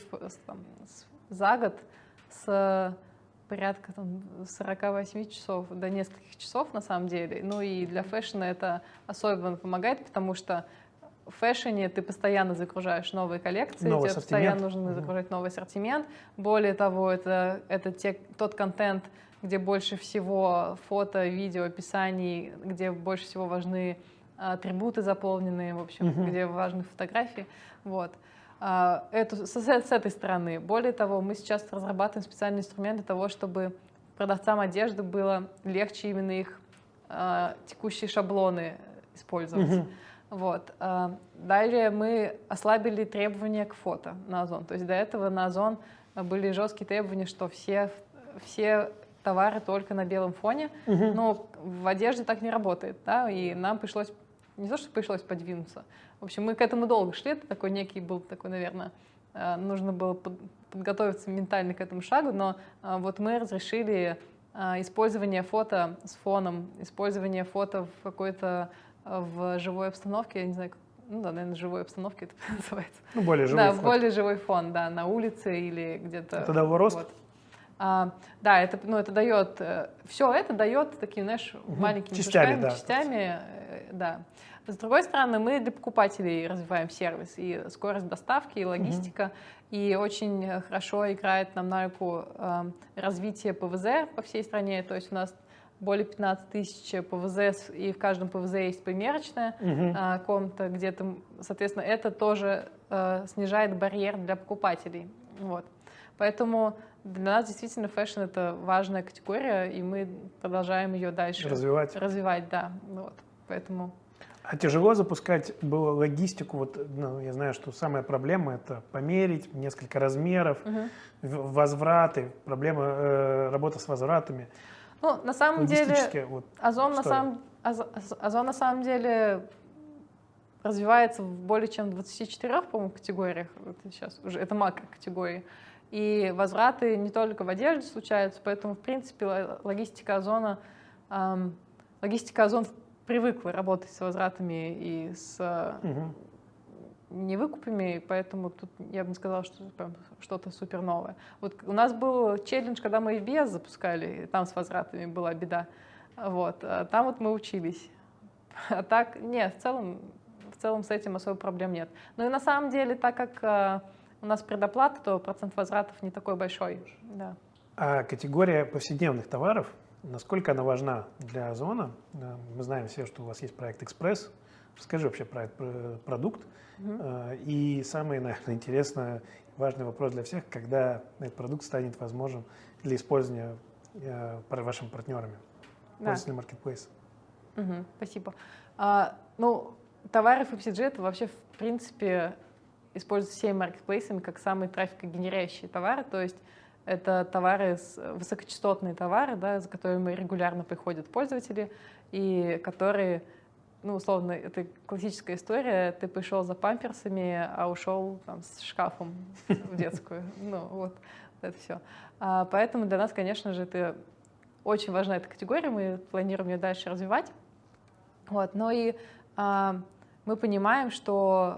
за год с порядка 48 часов до нескольких часов на самом деле. И для фэшна это особенно помогает, потому что в фэшне ты постоянно загружаешь новые коллекции, тебе постоянно нужно загружать новый ассортимент. Более того, это тот контент, где больше всего фото, видео, описаний, где больше всего важны атрибуты заполненные, в общем, где важны фотографии. Вот. С этой стороны. Более того, мы сейчас разрабатываем специальный инструмент для того, чтобы продавцам одежды было легче именно их текущие шаблоны использовать. Вот. Далее мы ослабили требования к фото на Озон. То есть до этого на Озон были жесткие требования, что все товары только на белом фоне, но в одежде так не работает, да, и нам пришлось, не то что пришлось подвинуться, в общем, мы к этому долго шли, это такой наверное, нужно было подготовиться ментально к этому шагу, но вот мы разрешили использование фото с фоном, использование фото в живой обстановке, я не знаю, наверное, живой обстановке это называется.
Более живой фон.
Да, более живой фон, да, на улице или где-то.
Это дало рост?
Вот. Да, это дает, все это дает такими, знаешь, маленькими частями, да. С другой стороны, мы для покупателей развиваем сервис, и скорость доставки, и логистика, и очень хорошо играет нам на руку развитие ПВЗ по всей стране, то есть у нас более 15 тысяч ПВЗ, и в каждом ПВЗ есть примерочная комната, где-то, соответственно, это тоже снижает барьер для покупателей. Вот. Поэтому для нас действительно фэшн — это важная категория, и мы продолжаем ее дальше развивать, да. Вот. Поэтому...
А тяжело запускать было логистику? Я знаю, что самая проблема — это померить несколько размеров, возвраты, проблема работы с возвратами.
На самом деле, Озон на самом деле развивается в более чем 24, по-моему, категориях. Сейчас уже это макрокатегории. И возвраты не только в одежде случаются, поэтому, в принципе, логистика Озон привыкла работать с возвратами и с невыкупами, поэтому тут я бы не сказала, что прям что-то супер новое. Вот у нас был челлендж, когда мы FBS запускали, и там с возвратами была беда. Вот. Там вот мы учились. А так, нет, в целом с этим особо проблем нет. Ну и на самом деле, так как у у нас предоплата, то процент возвратов не такой большой. Да.
А категория повседневных товаров, насколько она важна для Озона? Мы знаем все, что у вас есть проект «Экспресс». Расскажи вообще про этот продукт. И самый, наверное, интересный, важный вопрос для всех, когда этот продукт станет возможен для использования вашими партнерами, пользователями Marketplace.
Спасибо. Товары FMCG — это вообще, в принципе, используются всеми маркетплейсами как самые трафикогенерящие товары, то есть это товары, высокочастотные товары, да, за которыми регулярно приходят пользователи, и которые, условно, это классическая история, ты пришел за памперсами, а ушел там, с шкафом в детскую. Вот это все. Поэтому для нас, конечно же, это очень важна эта категория, мы планируем ее дальше развивать. Но и мы понимаем, что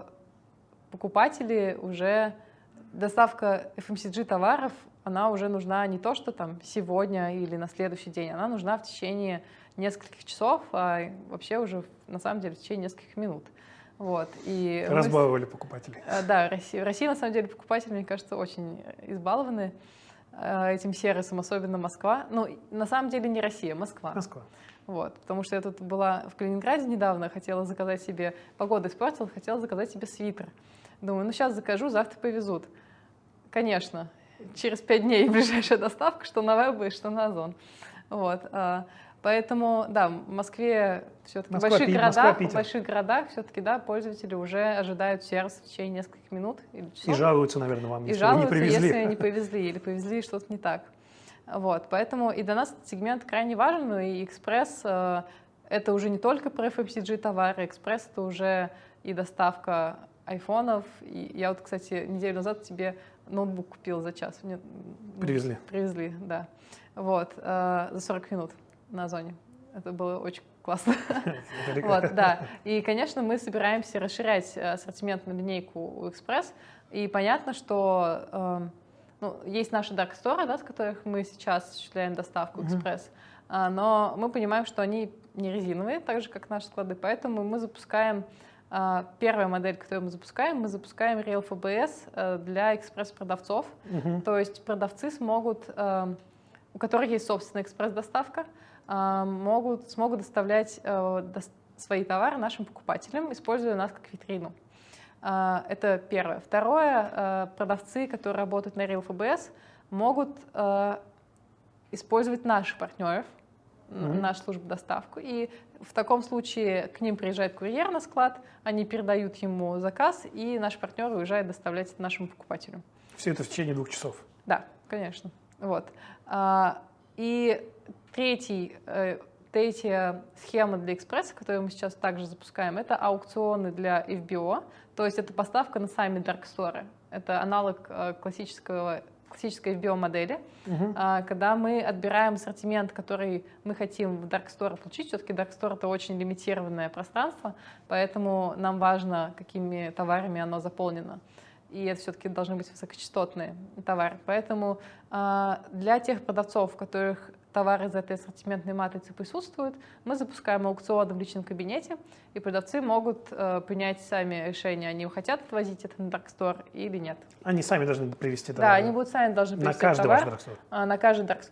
покупатели уже, доставка FMCG товаров, она уже нужна не то, что там сегодня или на следующий день, она нужна в течение нескольких часов, а вообще уже на самом деле в течение нескольких минут. Вот. И
разбаловали покупателей.
Да, в России на самом деле покупатели, мне кажется, очень избалованы этим сервисом, особенно Москва. На самом деле не Россия, Москва.
Москва.
Вот, потому что я тут была в Калининграде недавно, хотела заказать себе, погода испортилась, хотела заказать себе свитер. Думаю, сейчас закажу, завтра повезут. Конечно, через 5 дней ближайшая доставка, что на Веб, что на Озон. Вот, поэтому, да, в Москве все-таки в больших городах все-таки, да, пользователи уже ожидают сервис в течение нескольких минут или часов.
И жалуются, наверное, вам,
если вы не привезли. Если не повезли или повезли что-то не так. Вот, поэтому и для нас этот сегмент крайне важен, и Экспресс это уже не только про FMCG товары, Экспресс это уже и доставка айфонов. И я вот, кстати, неделю назад тебе ноутбук купила за час. Мне
Привезли.
Привезли, да. Вот, за 40 минут на Озоне. Это было очень классно. Вот, да. И, конечно, мы собираемся расширять ассортиментную линейку у Экспресс. И понятно, что есть наши Dark Store, да, с которых мы сейчас осуществляем доставку Экспресс, но мы понимаем, что они не резиновые, так же, как наши склады, поэтому мы запускаем, первая модель, которую мы запускаем Real FBS для экспресс-продавцов, то есть продавцы смогут, у которых есть собственная экспресс-доставка, смогут доставлять свои товары нашим покупателям, используя нас как витрину. Это первое. Второе, продавцы, которые работают на Real FBS, могут использовать наших партнеров, нашу службу доставку. И в таком случае к ним приезжает курьер на склад, они передают ему заказ, и наш партнер уезжает доставлять это нашему покупателю.
Все это в течение 2 часов?
Да, конечно. Вот. И третья схема для Экспресса, которую мы сейчас также запускаем, это аукционы для FBO, то есть это поставка на сами Dark Store. Это аналог классической FBO-модели, когда мы отбираем ассортимент, который мы хотим в Dark Store получить. Все-таки Dark Store — это очень лимитированное пространство, поэтому нам важно, какими товарами оно заполнено. И это все-таки должны быть высокочастотные товары. Поэтому для тех продавцов, у которых товары из этой ассортиментной матрицы присутствуют, мы запускаем аукционы в личном кабинете, и продавцы могут принять сами решение, они хотят отвозить это на Dark Store или нет.
Они сами должны привезти товар?
Да, они будут сами должны привезти товар.
На каждый ваш Dark Store?
На каждый Dark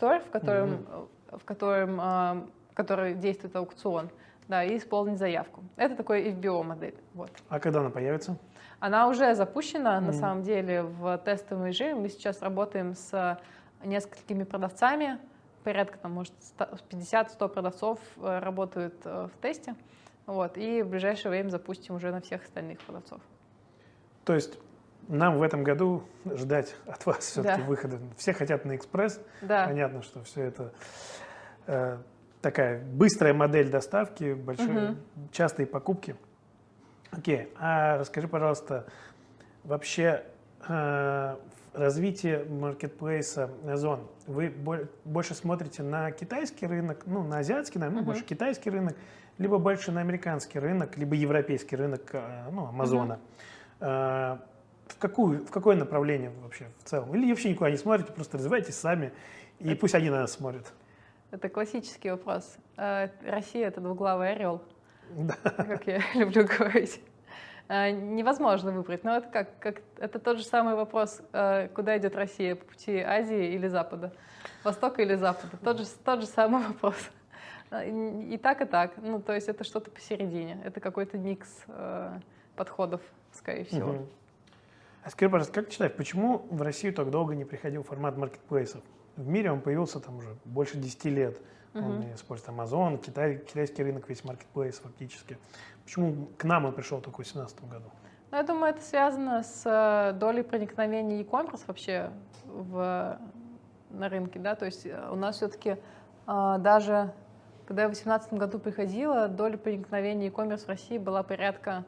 Store, в который действует аукцион, да, и исполнить заявку. Это такой FBO-модель. Вот.
А когда она появится?
Она уже запущена, на самом деле, в тестовом режиме. Мы сейчас работаем с несколькими продавцами, порядка, там, может, 50-100 продавцов работают в тесте. Вот, и в ближайшее время запустим уже на всех остальных продавцов.
То есть нам в этом году ждать от вас все-таки выхода. Все хотят на Экспресс. Да. Понятно, что все это такая быстрая модель доставки, большие, частые покупки. Окей, а расскажи, пожалуйста, вообще развитие маркетплейса Озон. Вы больше смотрите на китайский рынок, на азиатский, наверное, больше китайский рынок, либо больше на американский рынок, либо европейский рынок, Амазона. В какое направление вообще в целом? Или вообще никуда не смотрите, просто развивайтесь сами, и пусть они на нас смотрят?
Это классический вопрос. Россия — это двуглавый орел, как я люблю говорить. Невозможно выбрать. Но это это тот же самый вопрос, куда идет Россия, по пути Азии или Запада, Востока или Запада. Тот же самый вопрос. И так, и так. Ну, то есть это что-то посередине. Это какой-то микс подходов, скорее всего.
А скажи, пожалуйста, как ты считаешь, почему в Россию так долго не приходил формат маркетплейсов? В мире он появился там уже больше 10 лет. Он использует Amazon, китайский рынок весь маркетплейс фактически. Почему к нам он пришел только в 2018 году?
Ну, я думаю, это связано с долей проникновения e-commerce вообще на рынке. Да? То есть у нас все-таки даже, когда я в 2018 году приходила, доля проникновения e-commerce в России была порядка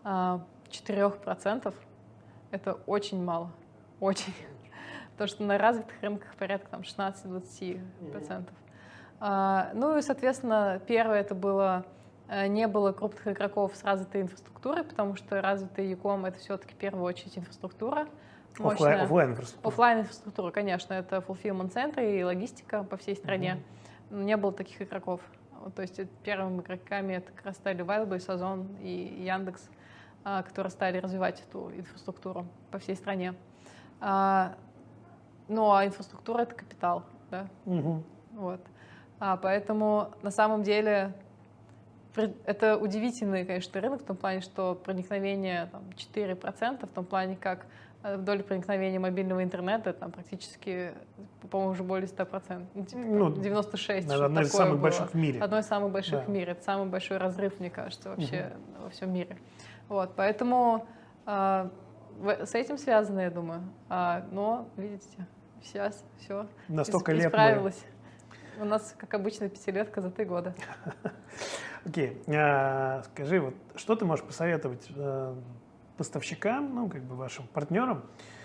4%. Это очень мало. Очень. Потому что на развитых рынках порядка 16-20%. Ну и, соответственно, первое это было, не было крупных игроков с развитой инфраструктурой, потому что развитый e-com — это все-таки в первую очередь инфраструктура.
Оффлайн-инфраструктура.
Оффлайн-инфраструктура, конечно, это fulfillment-центры и логистика по всей стране. Не было таких игроков. То есть первыми игроками это как раз стали Wildberries, Озон и Яндекс, которые стали развивать эту инфраструктуру по всей стране. Ну а инфраструктура — это капитал, да? Вот. Поэтому на самом деле это удивительный, конечно, рынок в том плане, что проникновение 4%, в том плане, как доля проникновения мобильного интернета там практически, по-моему, уже более 100%. Ну, типа, 96%.
Одно из самых больших в мире.
Одно из самых больших в мире. Это самый большой разрыв, мне кажется, вообще во всем мире. Вот, поэтому с этим связано, я думаю. Но, видите, сейчас все исправилось. У нас, как обычно, пятилетка за 3 года.
Окей. Скажи, вот что ты можешь посоветовать поставщикам, ну, как бы вашим партнерам?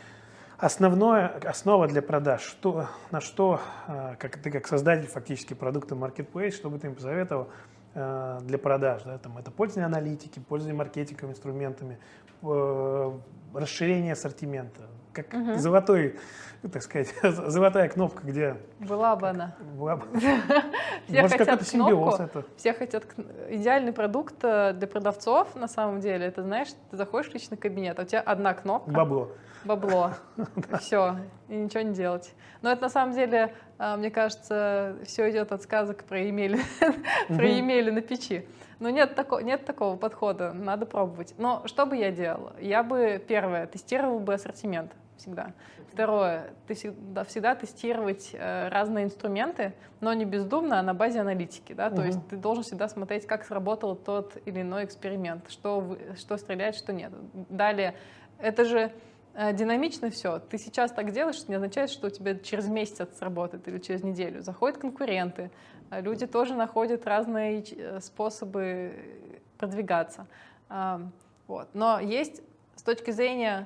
Основа для продаж. На что, как ты как создатель фактически продукта Marketplace, что бы ты им посоветовал для продаж? Да? Там, это пользование аналитики, пользование маркетинговыми инструментами, расширение ассортимента. Как золотой, так сказать, золотая кнопка, где...
Была бы она.
Может, какой-то симбиоз это.
Все хотят... Идеальный продукт для продавцов, на самом деле, это, знаешь, ты заходишь в личный кабинет, а у тебя одна кнопка. Бабло. Все. И ничего не делать. Но это, на самом деле, мне кажется, все идет от сказок про емели на печи. Но нет такого подхода, надо пробовать. Но что бы я делала? Я бы, первое, тестировала бы ассортимент всегда. Второе, всегда тестировать разные инструменты, но не бездумно, а на базе аналитики. Да? То есть ты должен всегда смотреть, как сработал тот или иной эксперимент, что стреляет, что нет. Далее, это же динамично все. Ты сейчас так делаешь, это не означает, что у тебя через месяц это сработает или через неделю. Заходят конкуренты, люди тоже находят разные способы продвигаться. Вот. Но есть с точки зрения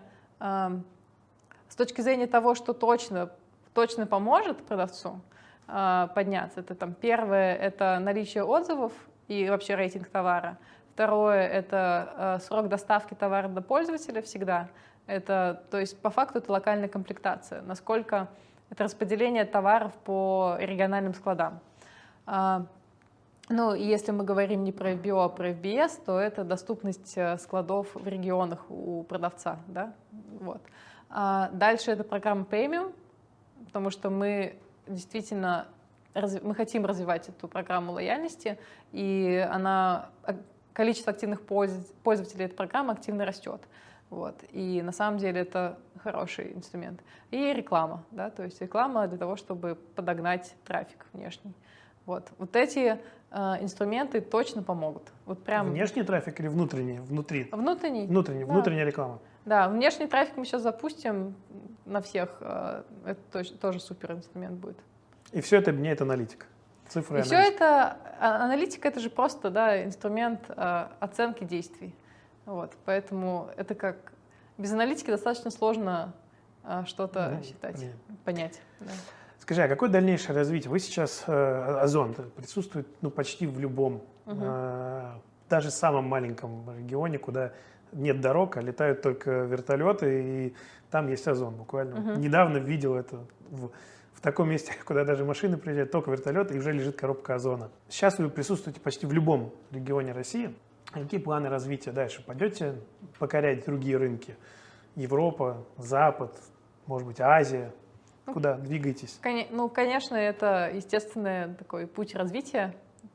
того, что точно поможет продавцу подняться, это первое — это наличие отзывов и вообще рейтинг товара. Второе — это срок доставки товара до пользователя всегда. То есть по факту это локальная комплектация. Насколько это распределение товаров по региональным складам. Ну, и если мы говорим не про FBO, а про FBS, то это доступность складов в регионах у продавца. Да? Вот. Дальше это программа премиум, потому что мы действительно хотим развивать эту программу лояльности, и количество активных пользователей этой программы активно растет. Вот. И на самом деле это хороший инструмент. И реклама, да? То есть реклама для того, чтобы подогнать трафик внешний. Вот эти инструменты точно помогут. Вот прям...
Внешний трафик или внутренний?
Внутренний.
Внутренняя реклама.
Да, внешний трафик мы сейчас запустим на всех. Это тоже супер инструмент будет.
И все это объединяет аналитика. Цифры и
все это, аналитика — это же просто, да, инструмент оценки действий. Вот, поэтому это как... Без аналитики достаточно сложно что-то считать, понять. Да.
Скажи, а какое дальнейшее развитие? Вы сейчас, Озон присутствует почти в любом, даже самом маленьком регионе, куда нет дорог, а летают только вертолеты, и там есть Озон буквально. Недавно видел это в таком месте, куда даже машины приезжают, только вертолеты, и уже лежит коробка Озона. Сейчас вы присутствуете почти в любом регионе России. А какие планы развития дальше? Пойдете покорять другие рынки? Европа, Запад, может быть, Азия? Куда двигаетесь?
Ну, конечно, это естественный такой путь развития.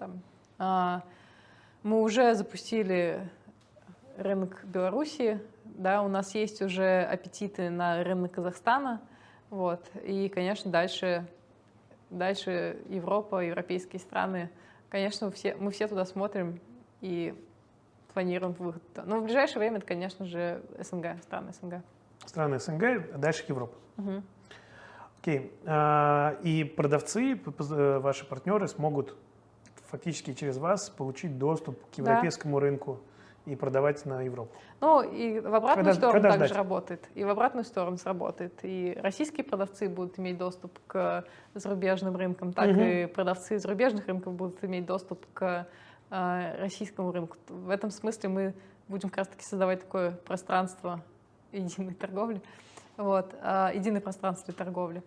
Мы уже запустили рынок Беларуси, да, у нас есть уже аппетиты на рынок Казахстана, вот, и, конечно, дальше Европа, европейские страны, конечно, мы все туда смотрим и планируем выход. Но в ближайшее время это, конечно же, СНГ, страны СНГ.
Страны СНГ, а дальше Европа.
Угу.
Окей. И продавцы, ваши партнеры смогут фактически через вас получить доступ к европейскому рынку и продавать на Европу.
Ну, и в обратную сторону также работает. И в обратную сторону сработает. И российские продавцы будут иметь доступ к зарубежным рынкам, так и продавцы зарубежных рынков будут иметь доступ к российскому рынку. В этом смысле мы будем как раз-таки создавать такое пространство единой торговли. Вот, единое пространство для торговли.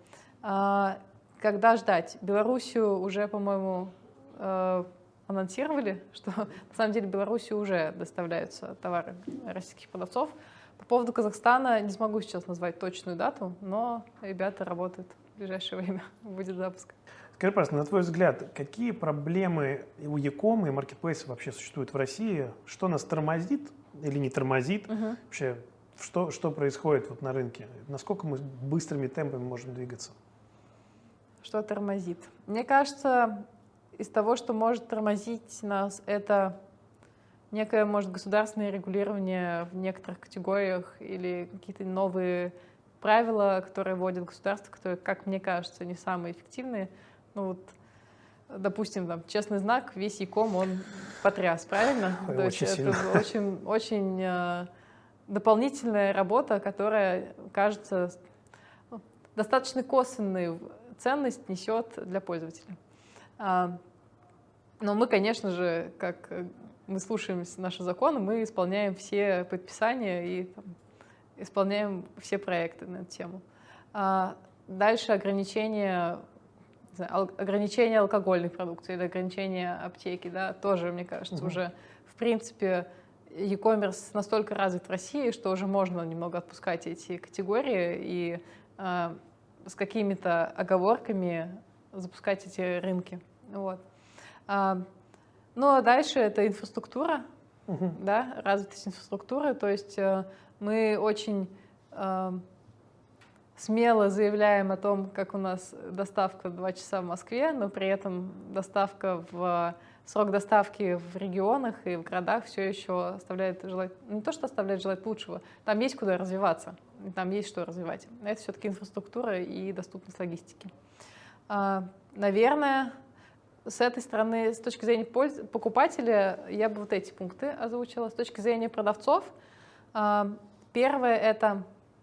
Когда ждать? Белоруссию уже, по-моему, анонсировали, что на самом деле в Белоруссию уже доставляются товары российских продавцов. По поводу Казахстана не смогу сейчас назвать точную дату, но ребята работают в ближайшее время, будет запуск.
Скажи, пожалуйста, на твой взгляд, какие проблемы у e-com и маркетплейсов вообще существуют в России? Что нас тормозит или не тормозит? Вообще, что происходит вот на рынке? Насколько мы быстрыми темпами можем двигаться?
Что тормозит? Мне кажется, из того, что может тормозить нас, это некое, может, государственное регулирование в некоторых категориях или какие-то новые правила, которые вводит государство, которые, как мне кажется, не самые эффективные. Ну вот, допустим, там, честный знак, весь e-com, он потряс, правильно?
Ой,
то есть
очень
это очень дополнительная работа, которая, кажется, достаточно косвенную ценность несет для пользователя. Но мы, конечно же, как мы слушаем наши законы, мы исполняем все предписания и исполняем все проекты на эту тему. Дальше ограничения алкогольной продукции или ограничения аптеки, да, тоже, мне кажется, уже, в принципе, e-commerce настолько развит в России, что уже можно немного отпускать эти категории и с какими-то оговорками запускать эти рынки. Вот. Ну а дальше это инфраструктура, да, развитость инфраструктуры, то есть мы очень смело заявляем о том, как у нас доставка 2 часа в Москве, но при этом срок доставки в регионах и в городах все еще оставляет желать, не то что оставляет желать лучшего, там есть куда развиваться, там есть что развивать. Это все-таки инфраструктура и доступность логистики. Наверное, с этой стороны, с точки зрения покупателя, я бы вот эти пункты озвучила. С точки зрения продавцов, первое — это,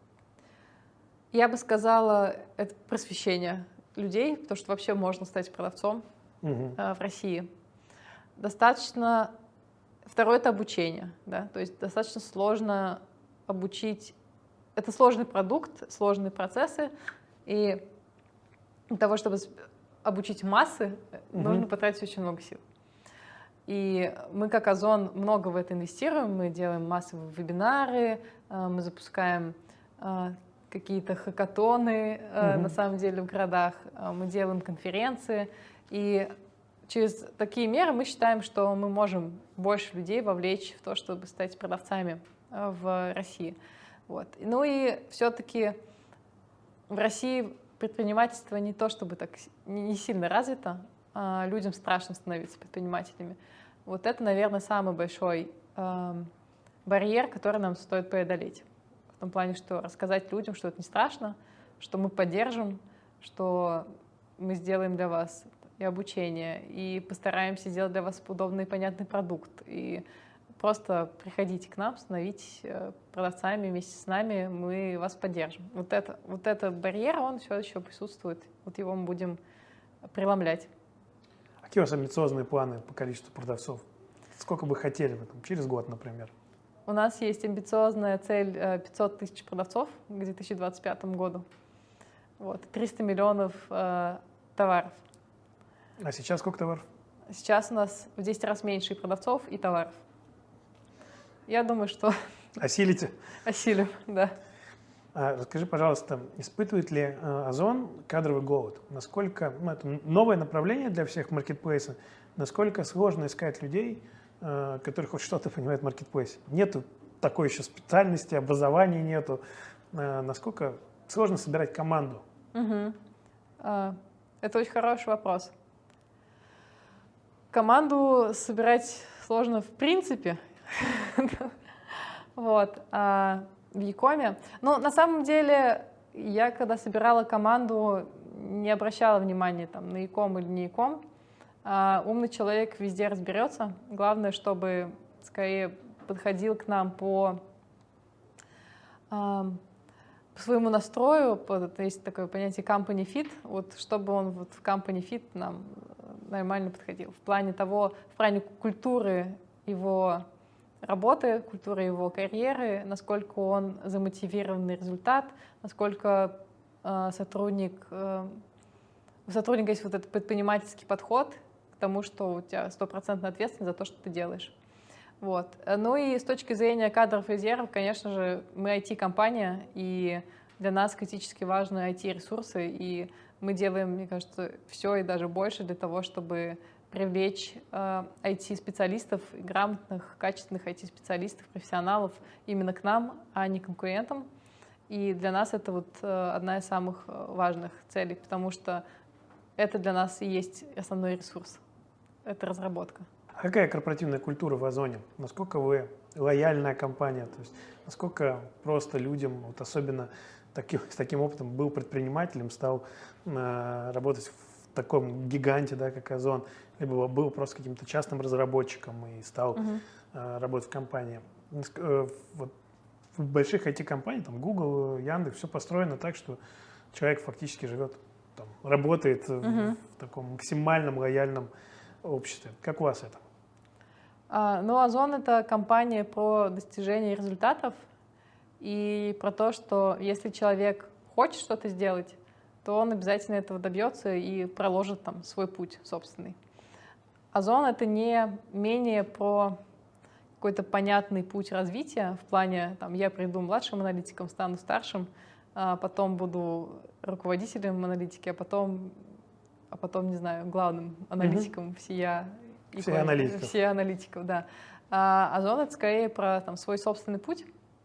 я бы сказала, это просвещение людей, потому что вообще можно стать продавцом в России. Достаточно... Второе — это обучение. Да? То есть достаточно сложно обучить... Это сложный продукт, сложные процессы, и для того, чтобы обучить массы, нужно потратить очень много сил. И мы, как Озон, много в это инвестируем. Мы делаем массовые вебинары, мы запускаем какие-то хакатоны, на самом деле, в городах, мы делаем конференции. И через такие меры мы считаем, что мы можем больше людей вовлечь в то, чтобы стать продавцами в России. Вот. Ну и все-таки в России предпринимательство не то чтобы так не сильно развито, людям страшно становиться предпринимателями. Вот это, наверное, самый большой барьер, который нам стоит преодолеть. В том плане, что рассказать людям, что это не страшно, что мы поддержим, что мы сделаем для вас и обучение, и постараемся сделать для вас удобный и понятный продукт. И просто приходите к нам, становитесь продавцами вместе с нами, мы вас поддержим. Вот этот барьер, он все еще присутствует. Вот его мы будем преломлять.
Какие у вас амбициозные планы по количеству продавцов? Сколько бы хотели вы через год, например?
У нас есть амбициозная цель 500 тысяч продавцов к 2025 году. Вот, 300 миллионов товаров.
А сейчас сколько товаров?
Сейчас у нас в 10 раз меньше и продавцов, и товаров. Я думаю, что
Осилите?
осилим, да.
Расскажи, пожалуйста, испытывает ли Озон кадровый голод? Насколько, это новое направление для всех маркетплейсов, насколько сложно искать людей, которые хоть что-то понимают в маркетплейсе? Нету такой еще специальности, образования нету. Насколько сложно собирать команду?
Угу. Это очень хороший вопрос. Команду собирать сложно в принципе. Вот. В Якоме. Ну, на самом деле, я когда собирала команду, не обращала внимания там, на Яком или не Яком. Умный человек везде разберется. Главное, чтобы скорее подходил к нам по своему настрою. Есть такое понятие company fit. Вот чтобы он вот в company fit нам нормально подходил. В плане культуры его работы, культуры его карьеры, насколько он замотивирован на результат, насколько у сотрудника есть вот этот предпринимательский подход к тому, что у тебя 100% ответственность за то, что ты делаешь. Вот. Ну и с точки зрения кадров и резервов, конечно же, мы IT-компания, и для нас критически важны IT-ресурсы, и мы делаем, мне кажется, все и даже больше для того, чтобы привлечь IT-специалистов, грамотных, качественных IT-специалистов, профессионалов именно к нам, а не конкурентам. И для нас это вот одна из самых важных целей, потому что это для нас и есть основной ресурс. Это разработка.
А какая корпоративная культура в Озоне? Насколько вы лояльная компания? То есть насколько просто людям, вот особенно с таким опытом, был предпринимателем, стал работать в таком гиганте, да, как Озон, либо был просто каким-то частным разработчиком и стал работать в компании. Вот в больших IT-компаниях, там Google, Яндекс, все построено так, что человек фактически живет, там, работает в таком максимальном лояльном обществе. Как у вас это?
Ну, Озон — это компания про достижение результатов и про то, что если человек хочет что-то сделать, то он обязательно этого добьется и проложит там свой путь собственный. Озон — это не менее про какой-то понятный путь развития в плане, там, я приду младшим аналитиком, стану старшим, потом буду руководителем аналитики, а потом, не знаю, главным аналитиком всея аналитиков, да. Озон — это скорее про там, свой собственный путь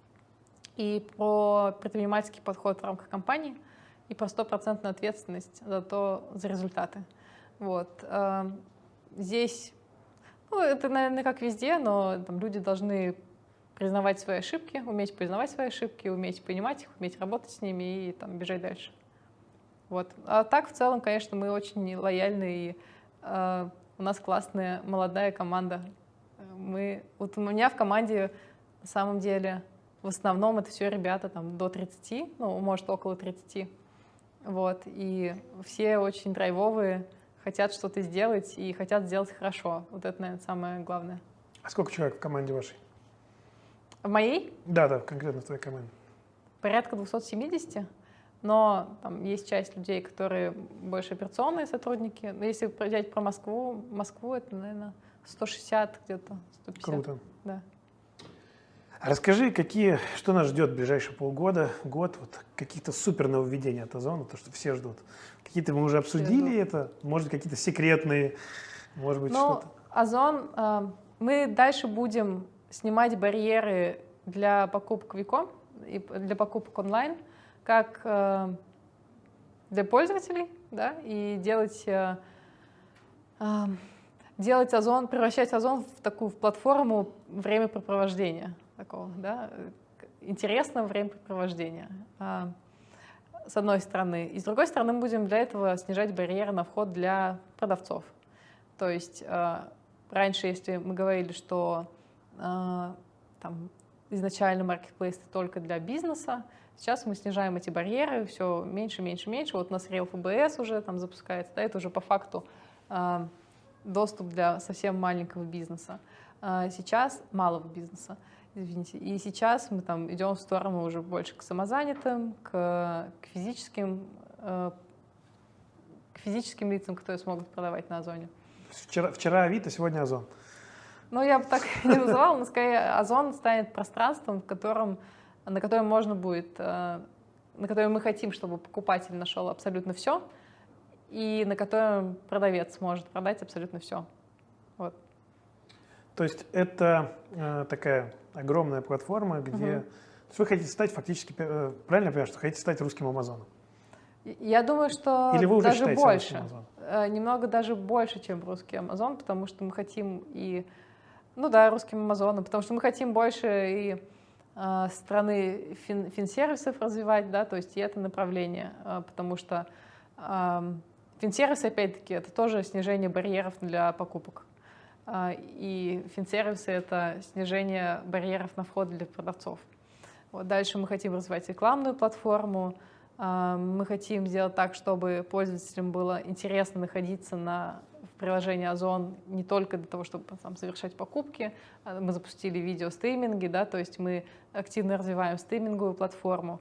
и про предпринимательский подход в рамках компании и про 100% ответственность за результаты. Вот. Здесь, ну, это, наверное, как везде, но там, люди должны признавать свои ошибки, уметь признавать свои ошибки, уметь понимать их, уметь работать с ними и там, бежать дальше. Вот. А так, в целом, конечно, мы очень лояльны, и у нас классная молодая команда. Вот у меня в команде, на самом деле, в основном это все ребята там, до 30, ну, может, около 30. Вот. И все очень драйвовые, хотят что-то сделать и хотят сделать хорошо. Вот это, наверное, самое главное.
А сколько человек в команде вашей?
В моей?
Да, конкретно в твоей команде.
Порядка 270. Но там есть часть людей, которые больше операционные сотрудники. Но если взять про Москву это, наверное, 160 где-то, 150.
Круто.
Да.
А расскажи, что нас ждет в ближайшие полгода, год, вот каких-то супер нововведений от Озона, то, что все ждут. Какие-то мы уже обсудили это, может, какие-то секретные, может быть, что-то.
Озон, мы дальше будем снимать барьеры для покупок в Яком и для покупок онлайн, как для пользователей, да, и делать Озон, превращать Озон в такую платформу времяпрепровождения такого, да, интересного времяпрепровождения, с одной стороны. И с другой стороны, мы будем для этого снижать барьеры на вход для продавцов. То есть раньше, если мы говорили, что там, изначально маркетплейс только для бизнеса, сейчас мы снижаем эти барьеры, все меньше. Вот у нас Real FBS уже там запускается, да, это уже по факту доступ для совсем маленького бизнеса. Сейчас малого бизнеса, извините. И сейчас мы там идем в сторону уже больше к самозанятым, к физическим лицам, которые смогут продавать на Озоне.
Вчера Авито, сегодня Озон.
Ну, я бы так не называла, но скорее Озон станет пространством, на котором можно будет, на котором мы хотим, чтобы покупатель нашел абсолютно все, и на котором продавец может продать абсолютно все. Вот.
То есть это такая огромная платформа, где... То есть вы хотите стать фактически, правильно я понимаю, что хотите стать русским Амазоном?
Я думаю, что
Или вы уже
даже больше,
Amazon?
немного даже больше, чем русский Амазон, потому что мы хотим ну да, русским Амазоном, потому что мы хотим больше и страны финсервисов развивать, да, то есть и это направление, потому что финсервисы, опять-таки, это тоже снижение барьеров для покупок. И финсервисы — это снижение барьеров на вход для продавцов. Вот дальше мы хотим развивать рекламную платформу, мы хотим сделать так, чтобы пользователям было интересно находиться в приложении Озон не только для того, чтобы там совершать покупки. Мы запустили видеостриминги, да, то есть мы активно развиваем стриминговую платформу.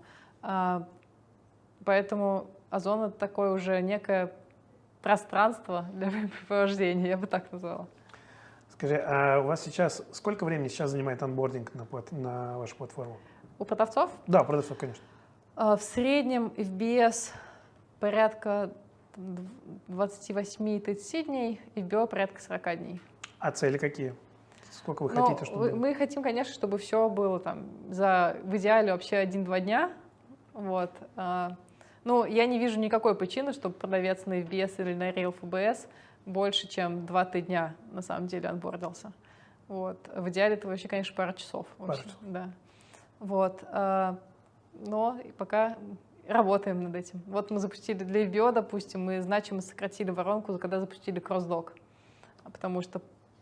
Поэтому Озон — это такое уже некое пространство для времяпрепровождения, я бы так назвала.
Скажи, а у вас сейчас, сколько времени сейчас занимает онбординг на вашу платформу?
У продавцов?
Да, у продавцов, конечно.
В среднем FBS порядка 28-30 дней, FBO порядка 40 дней.
А цели какие? Сколько вы хотите, чтобы...
Мы хотим, конечно, чтобы все было там в идеале вообще 1-2 дня. Вот. Ну, я не вижу никакой причины, чтобы продавец на FBS или на Real FBS больше, чем 2-3 дня на самом деле онбордился. Вот. В идеале это вообще, конечно, пара часов. Вообще.
Пара часов.
Да. Вот. Но пока работаем над этим. Вот мы запустили для FBO, допустим, мы значимо сократили воронку, когда запустили CrossDoc. Потому что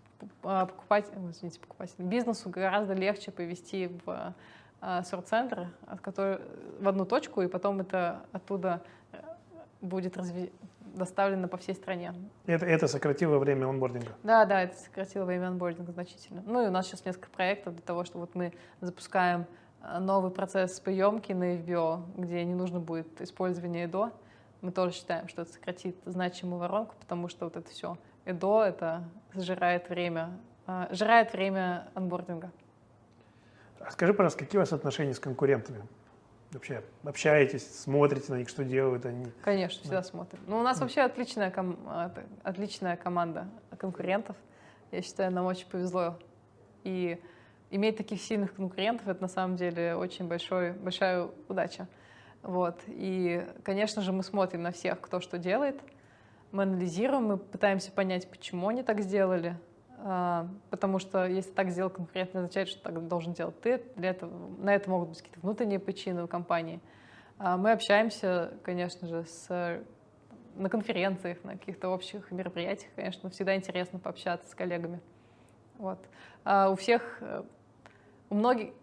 бизнесу гораздо легче повести в сорт-центр, в одну точку, и потом это оттуда будет доставлено по всей стране.
Это сократило время онбординга?
Да, это сократило время онбординга значительно. Ну и у нас сейчас несколько проектов для того, что вот мы запускаем новый процесс приемки на FBO, где не нужно будет использование ЭДО. Мы тоже считаем, что это сократит значимую воронку, потому что вот это все ЭДО, это жирает время онбординга.
Скажи, пожалуйста, какие у вас отношения с конкурентами? Вообще общаетесь, смотрите на них, что делают они?
Конечно, всегда смотрим. Ну, у нас вообще отличная команда конкурентов. Я считаю, нам очень повезло. И иметь таких сильных конкурентов — это на самом деле очень большая удача. Вот. И, конечно же, мы смотрим на всех, кто что делает. Мы анализируем, мы пытаемся понять, почему они так сделали. Потому что если так сделал конкурент, это означает, что так должен делать ты. На это могут быть какие-то внутренние причины у компании. Мы общаемся, конечно же, на конференциях, на каких-то общих мероприятиях. Конечно, всегда интересно пообщаться с коллегами. Вот. У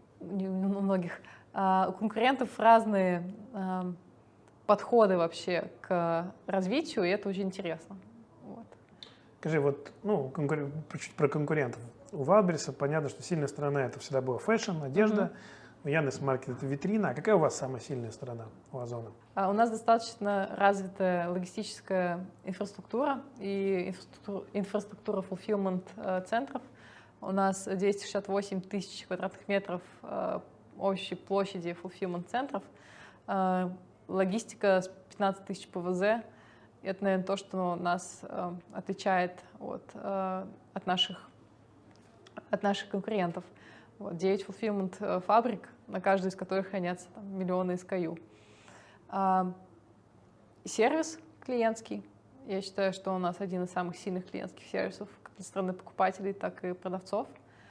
конкурентов разные подходы вообще к развитию, и это очень интересно. Вот.
Скажи, чуть про конкурентов. У Вайлдберриса понятно, что сильная сторона — это всегда была фэшн, одежда. У Яндекс.Маркет — это витрина. А какая у вас самая сильная сторона у Озона?
У нас достаточно развитая логистическая инфраструктура и инфраструктура fulfillment-центров. У нас 268 тысяч квадратных метров общей площади fulfillment-центров. Логистика с 15 тысяч ПВЗ. Это, наверное, то, что нас отличает от наших конкурентов. 9 fulfillment фабрик, на каждой из которых хранятся миллионы SKU. Сервис клиентский. Я считаю, что у нас один из самых сильных клиентских сервисов как со стороны покупателей, так и продавцов.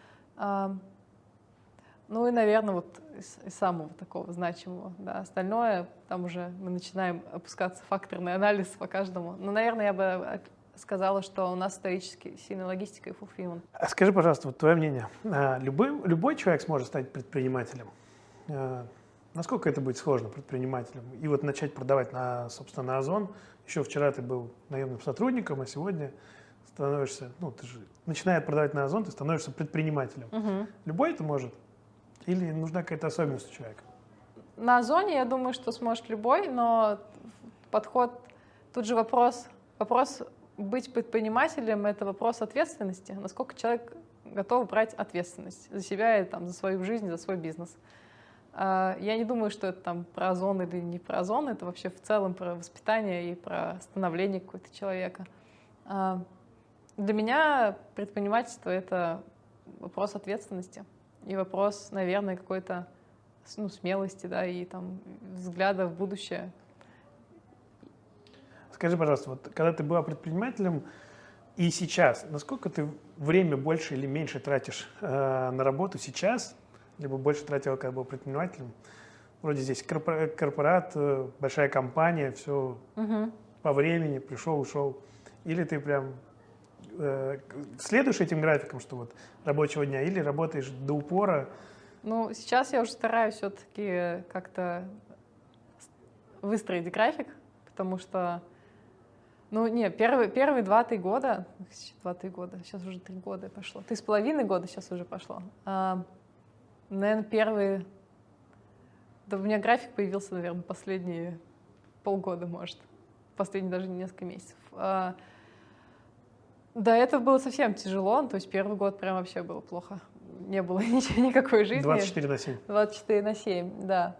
Ну и, наверное, из самого такого значимого. Да. Остальное, там уже мы начинаем опускаться в факторный анализ по каждому. Но, наверное, я бы сказала, что у нас исторически сильная логистика и fulfillment.
Скажи, пожалуйста, твое мнение. Любой человек сможет стать предпринимателем? Насколько это будет сложно предпринимателям? И начать продавать собственно, на Озон. Еще вчера ты был наемным сотрудником, а сегодня становишься, ты же начиная продавать на Озон, ты становишься предпринимателем.
Угу.
Любой это может? Или нужна какая-то особенность у человека?
На Озоне, я думаю, что сможет любой, но подход, тут же вопрос быть предпринимателем — это вопрос ответственности. Насколько человек готова брать ответственность за себя и там, за свою жизнь, за свой бизнес. Я не думаю, что это там про Озон или не про Озон, это вообще в целом про воспитание и про становление какого-то человека. Для меня предпринимательство — это вопрос ответственности и вопрос, наверное, какой-то смелости, да, и там взгляда в будущее.
Скажи, пожалуйста, вот когда ты была предпринимателем и сейчас, насколько ты время больше или меньше тратишь на работу сейчас, либо больше тратила, когда был предпринимателем? Вроде здесь корпорат, большая компания, все по времени, пришел, ушел. Или ты прям следуешь этим графикам, что вот рабочего дня, или работаешь до упора?
Ну, сейчас я уже стараюсь все-таки как-то выстроить график, потому что, ну, не, первые 2-3 года, 2-3 года, сейчас уже 3 года пошло, 3,5 года сейчас уже пошло. Наверное, первые, да, у меня график появился, наверное, последние полгода, может, последние даже несколько месяцев. Да, это было совсем тяжело, то есть первый год прям вообще было плохо. Не было никакой жизни.
24/7.
24/7, да.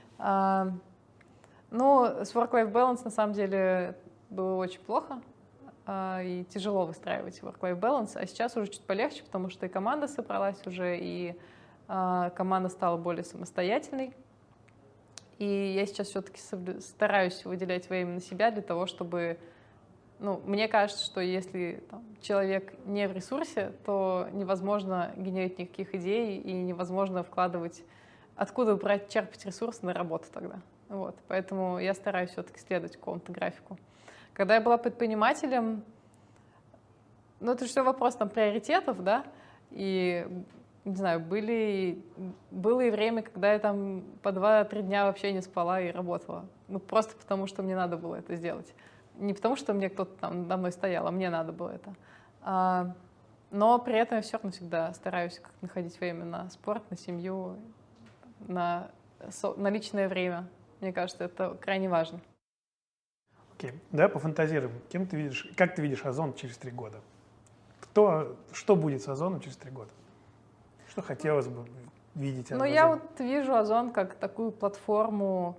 Ну, с work-life balance на самом деле было очень плохо и тяжело выстраивать work-life balance, а сейчас уже чуть полегче, потому что и команда собралась уже, и команда стала более самостоятельной. И я сейчас все-таки стараюсь выделять время на себя для того, чтобы... Ну, мне кажется, что если там, человек не в ресурсе, то невозможно генерить никаких идей и невозможно вкладывать, откуда черпать ресурсы на работу тогда. Вот. Поэтому я стараюсь все-таки следовать какому-то графику. Когда я была предпринимателем, ну, это все вопрос там, приоритетов, да, и, не знаю, было и время, когда я там по 2-3 дня вообще не спала и работала. Ну, просто потому, что мне надо было это сделать. Не потому, что мне кто-то там надо мной стоял, а мне надо было это. Но при этом я все равно всегда стараюсь находить время на спорт, на семью, на личное время. Мне кажется, это крайне важно.
Окей. Давай пофантазируем. Как ты видишь Озон через 3 года? Что будет с Озоном через 3 года? Что хотелось бы видеть?
Ну, я вот вижу Озон как такую платформу.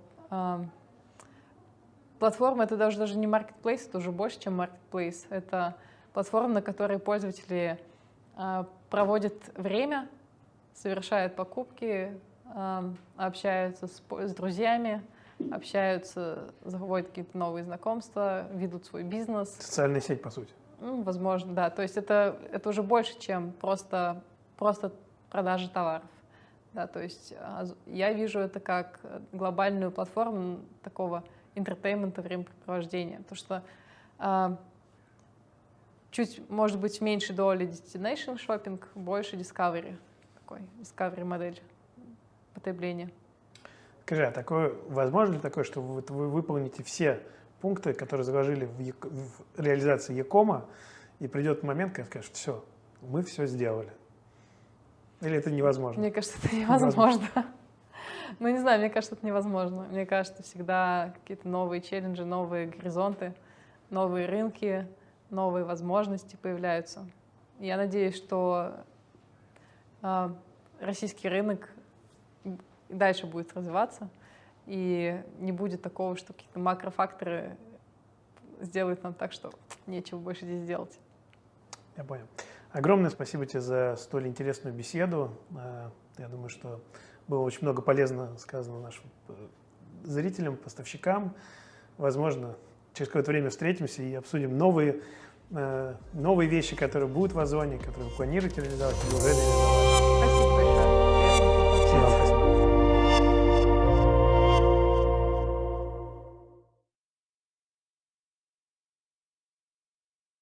Платформа — это даже не marketplace, это уже больше, чем marketplace. Это платформа, на которой пользователи проводят время, совершают покупки, общаются с друзьями, общаются, заводят какие-то новые знакомства, ведут свой бизнес.
Социальная сеть, по сути.
Ну, возможно, да. То есть это уже больше, чем просто продажа товаров. Да, то есть я вижу это как глобальную платформу такого интертеймента, времяпрепровождения. Потому что чуть, может быть, меньше доли destination shopping, больше discovery, такой discovery модель потребления.
Скажи, а возможно ли такое, что вы выполните все пункты, которые заложили в реализации Якома, и придет момент, когда скажешь, все, мы все сделали? Или это невозможно?
Мне кажется, это невозможно. Ну, не знаю, мне кажется, это невозможно. Мне кажется, всегда какие-то новые челленджи, новые горизонты, новые рынки, новые возможности появляются. И я надеюсь, что российский рынок и дальше будет развиваться, и не будет такого, что какие-то макрофакторы сделают нам так, что нечего больше здесь делать.
Я понял. Огромное спасибо тебе за столь интересную беседу. Я думаю, что было очень много полезно сказано нашим зрителям, поставщикам. Возможно, через какое-то время встретимся и обсудим новые вещи, которые будут в Озоне, которые вы планируете реализовать или уже реализовали.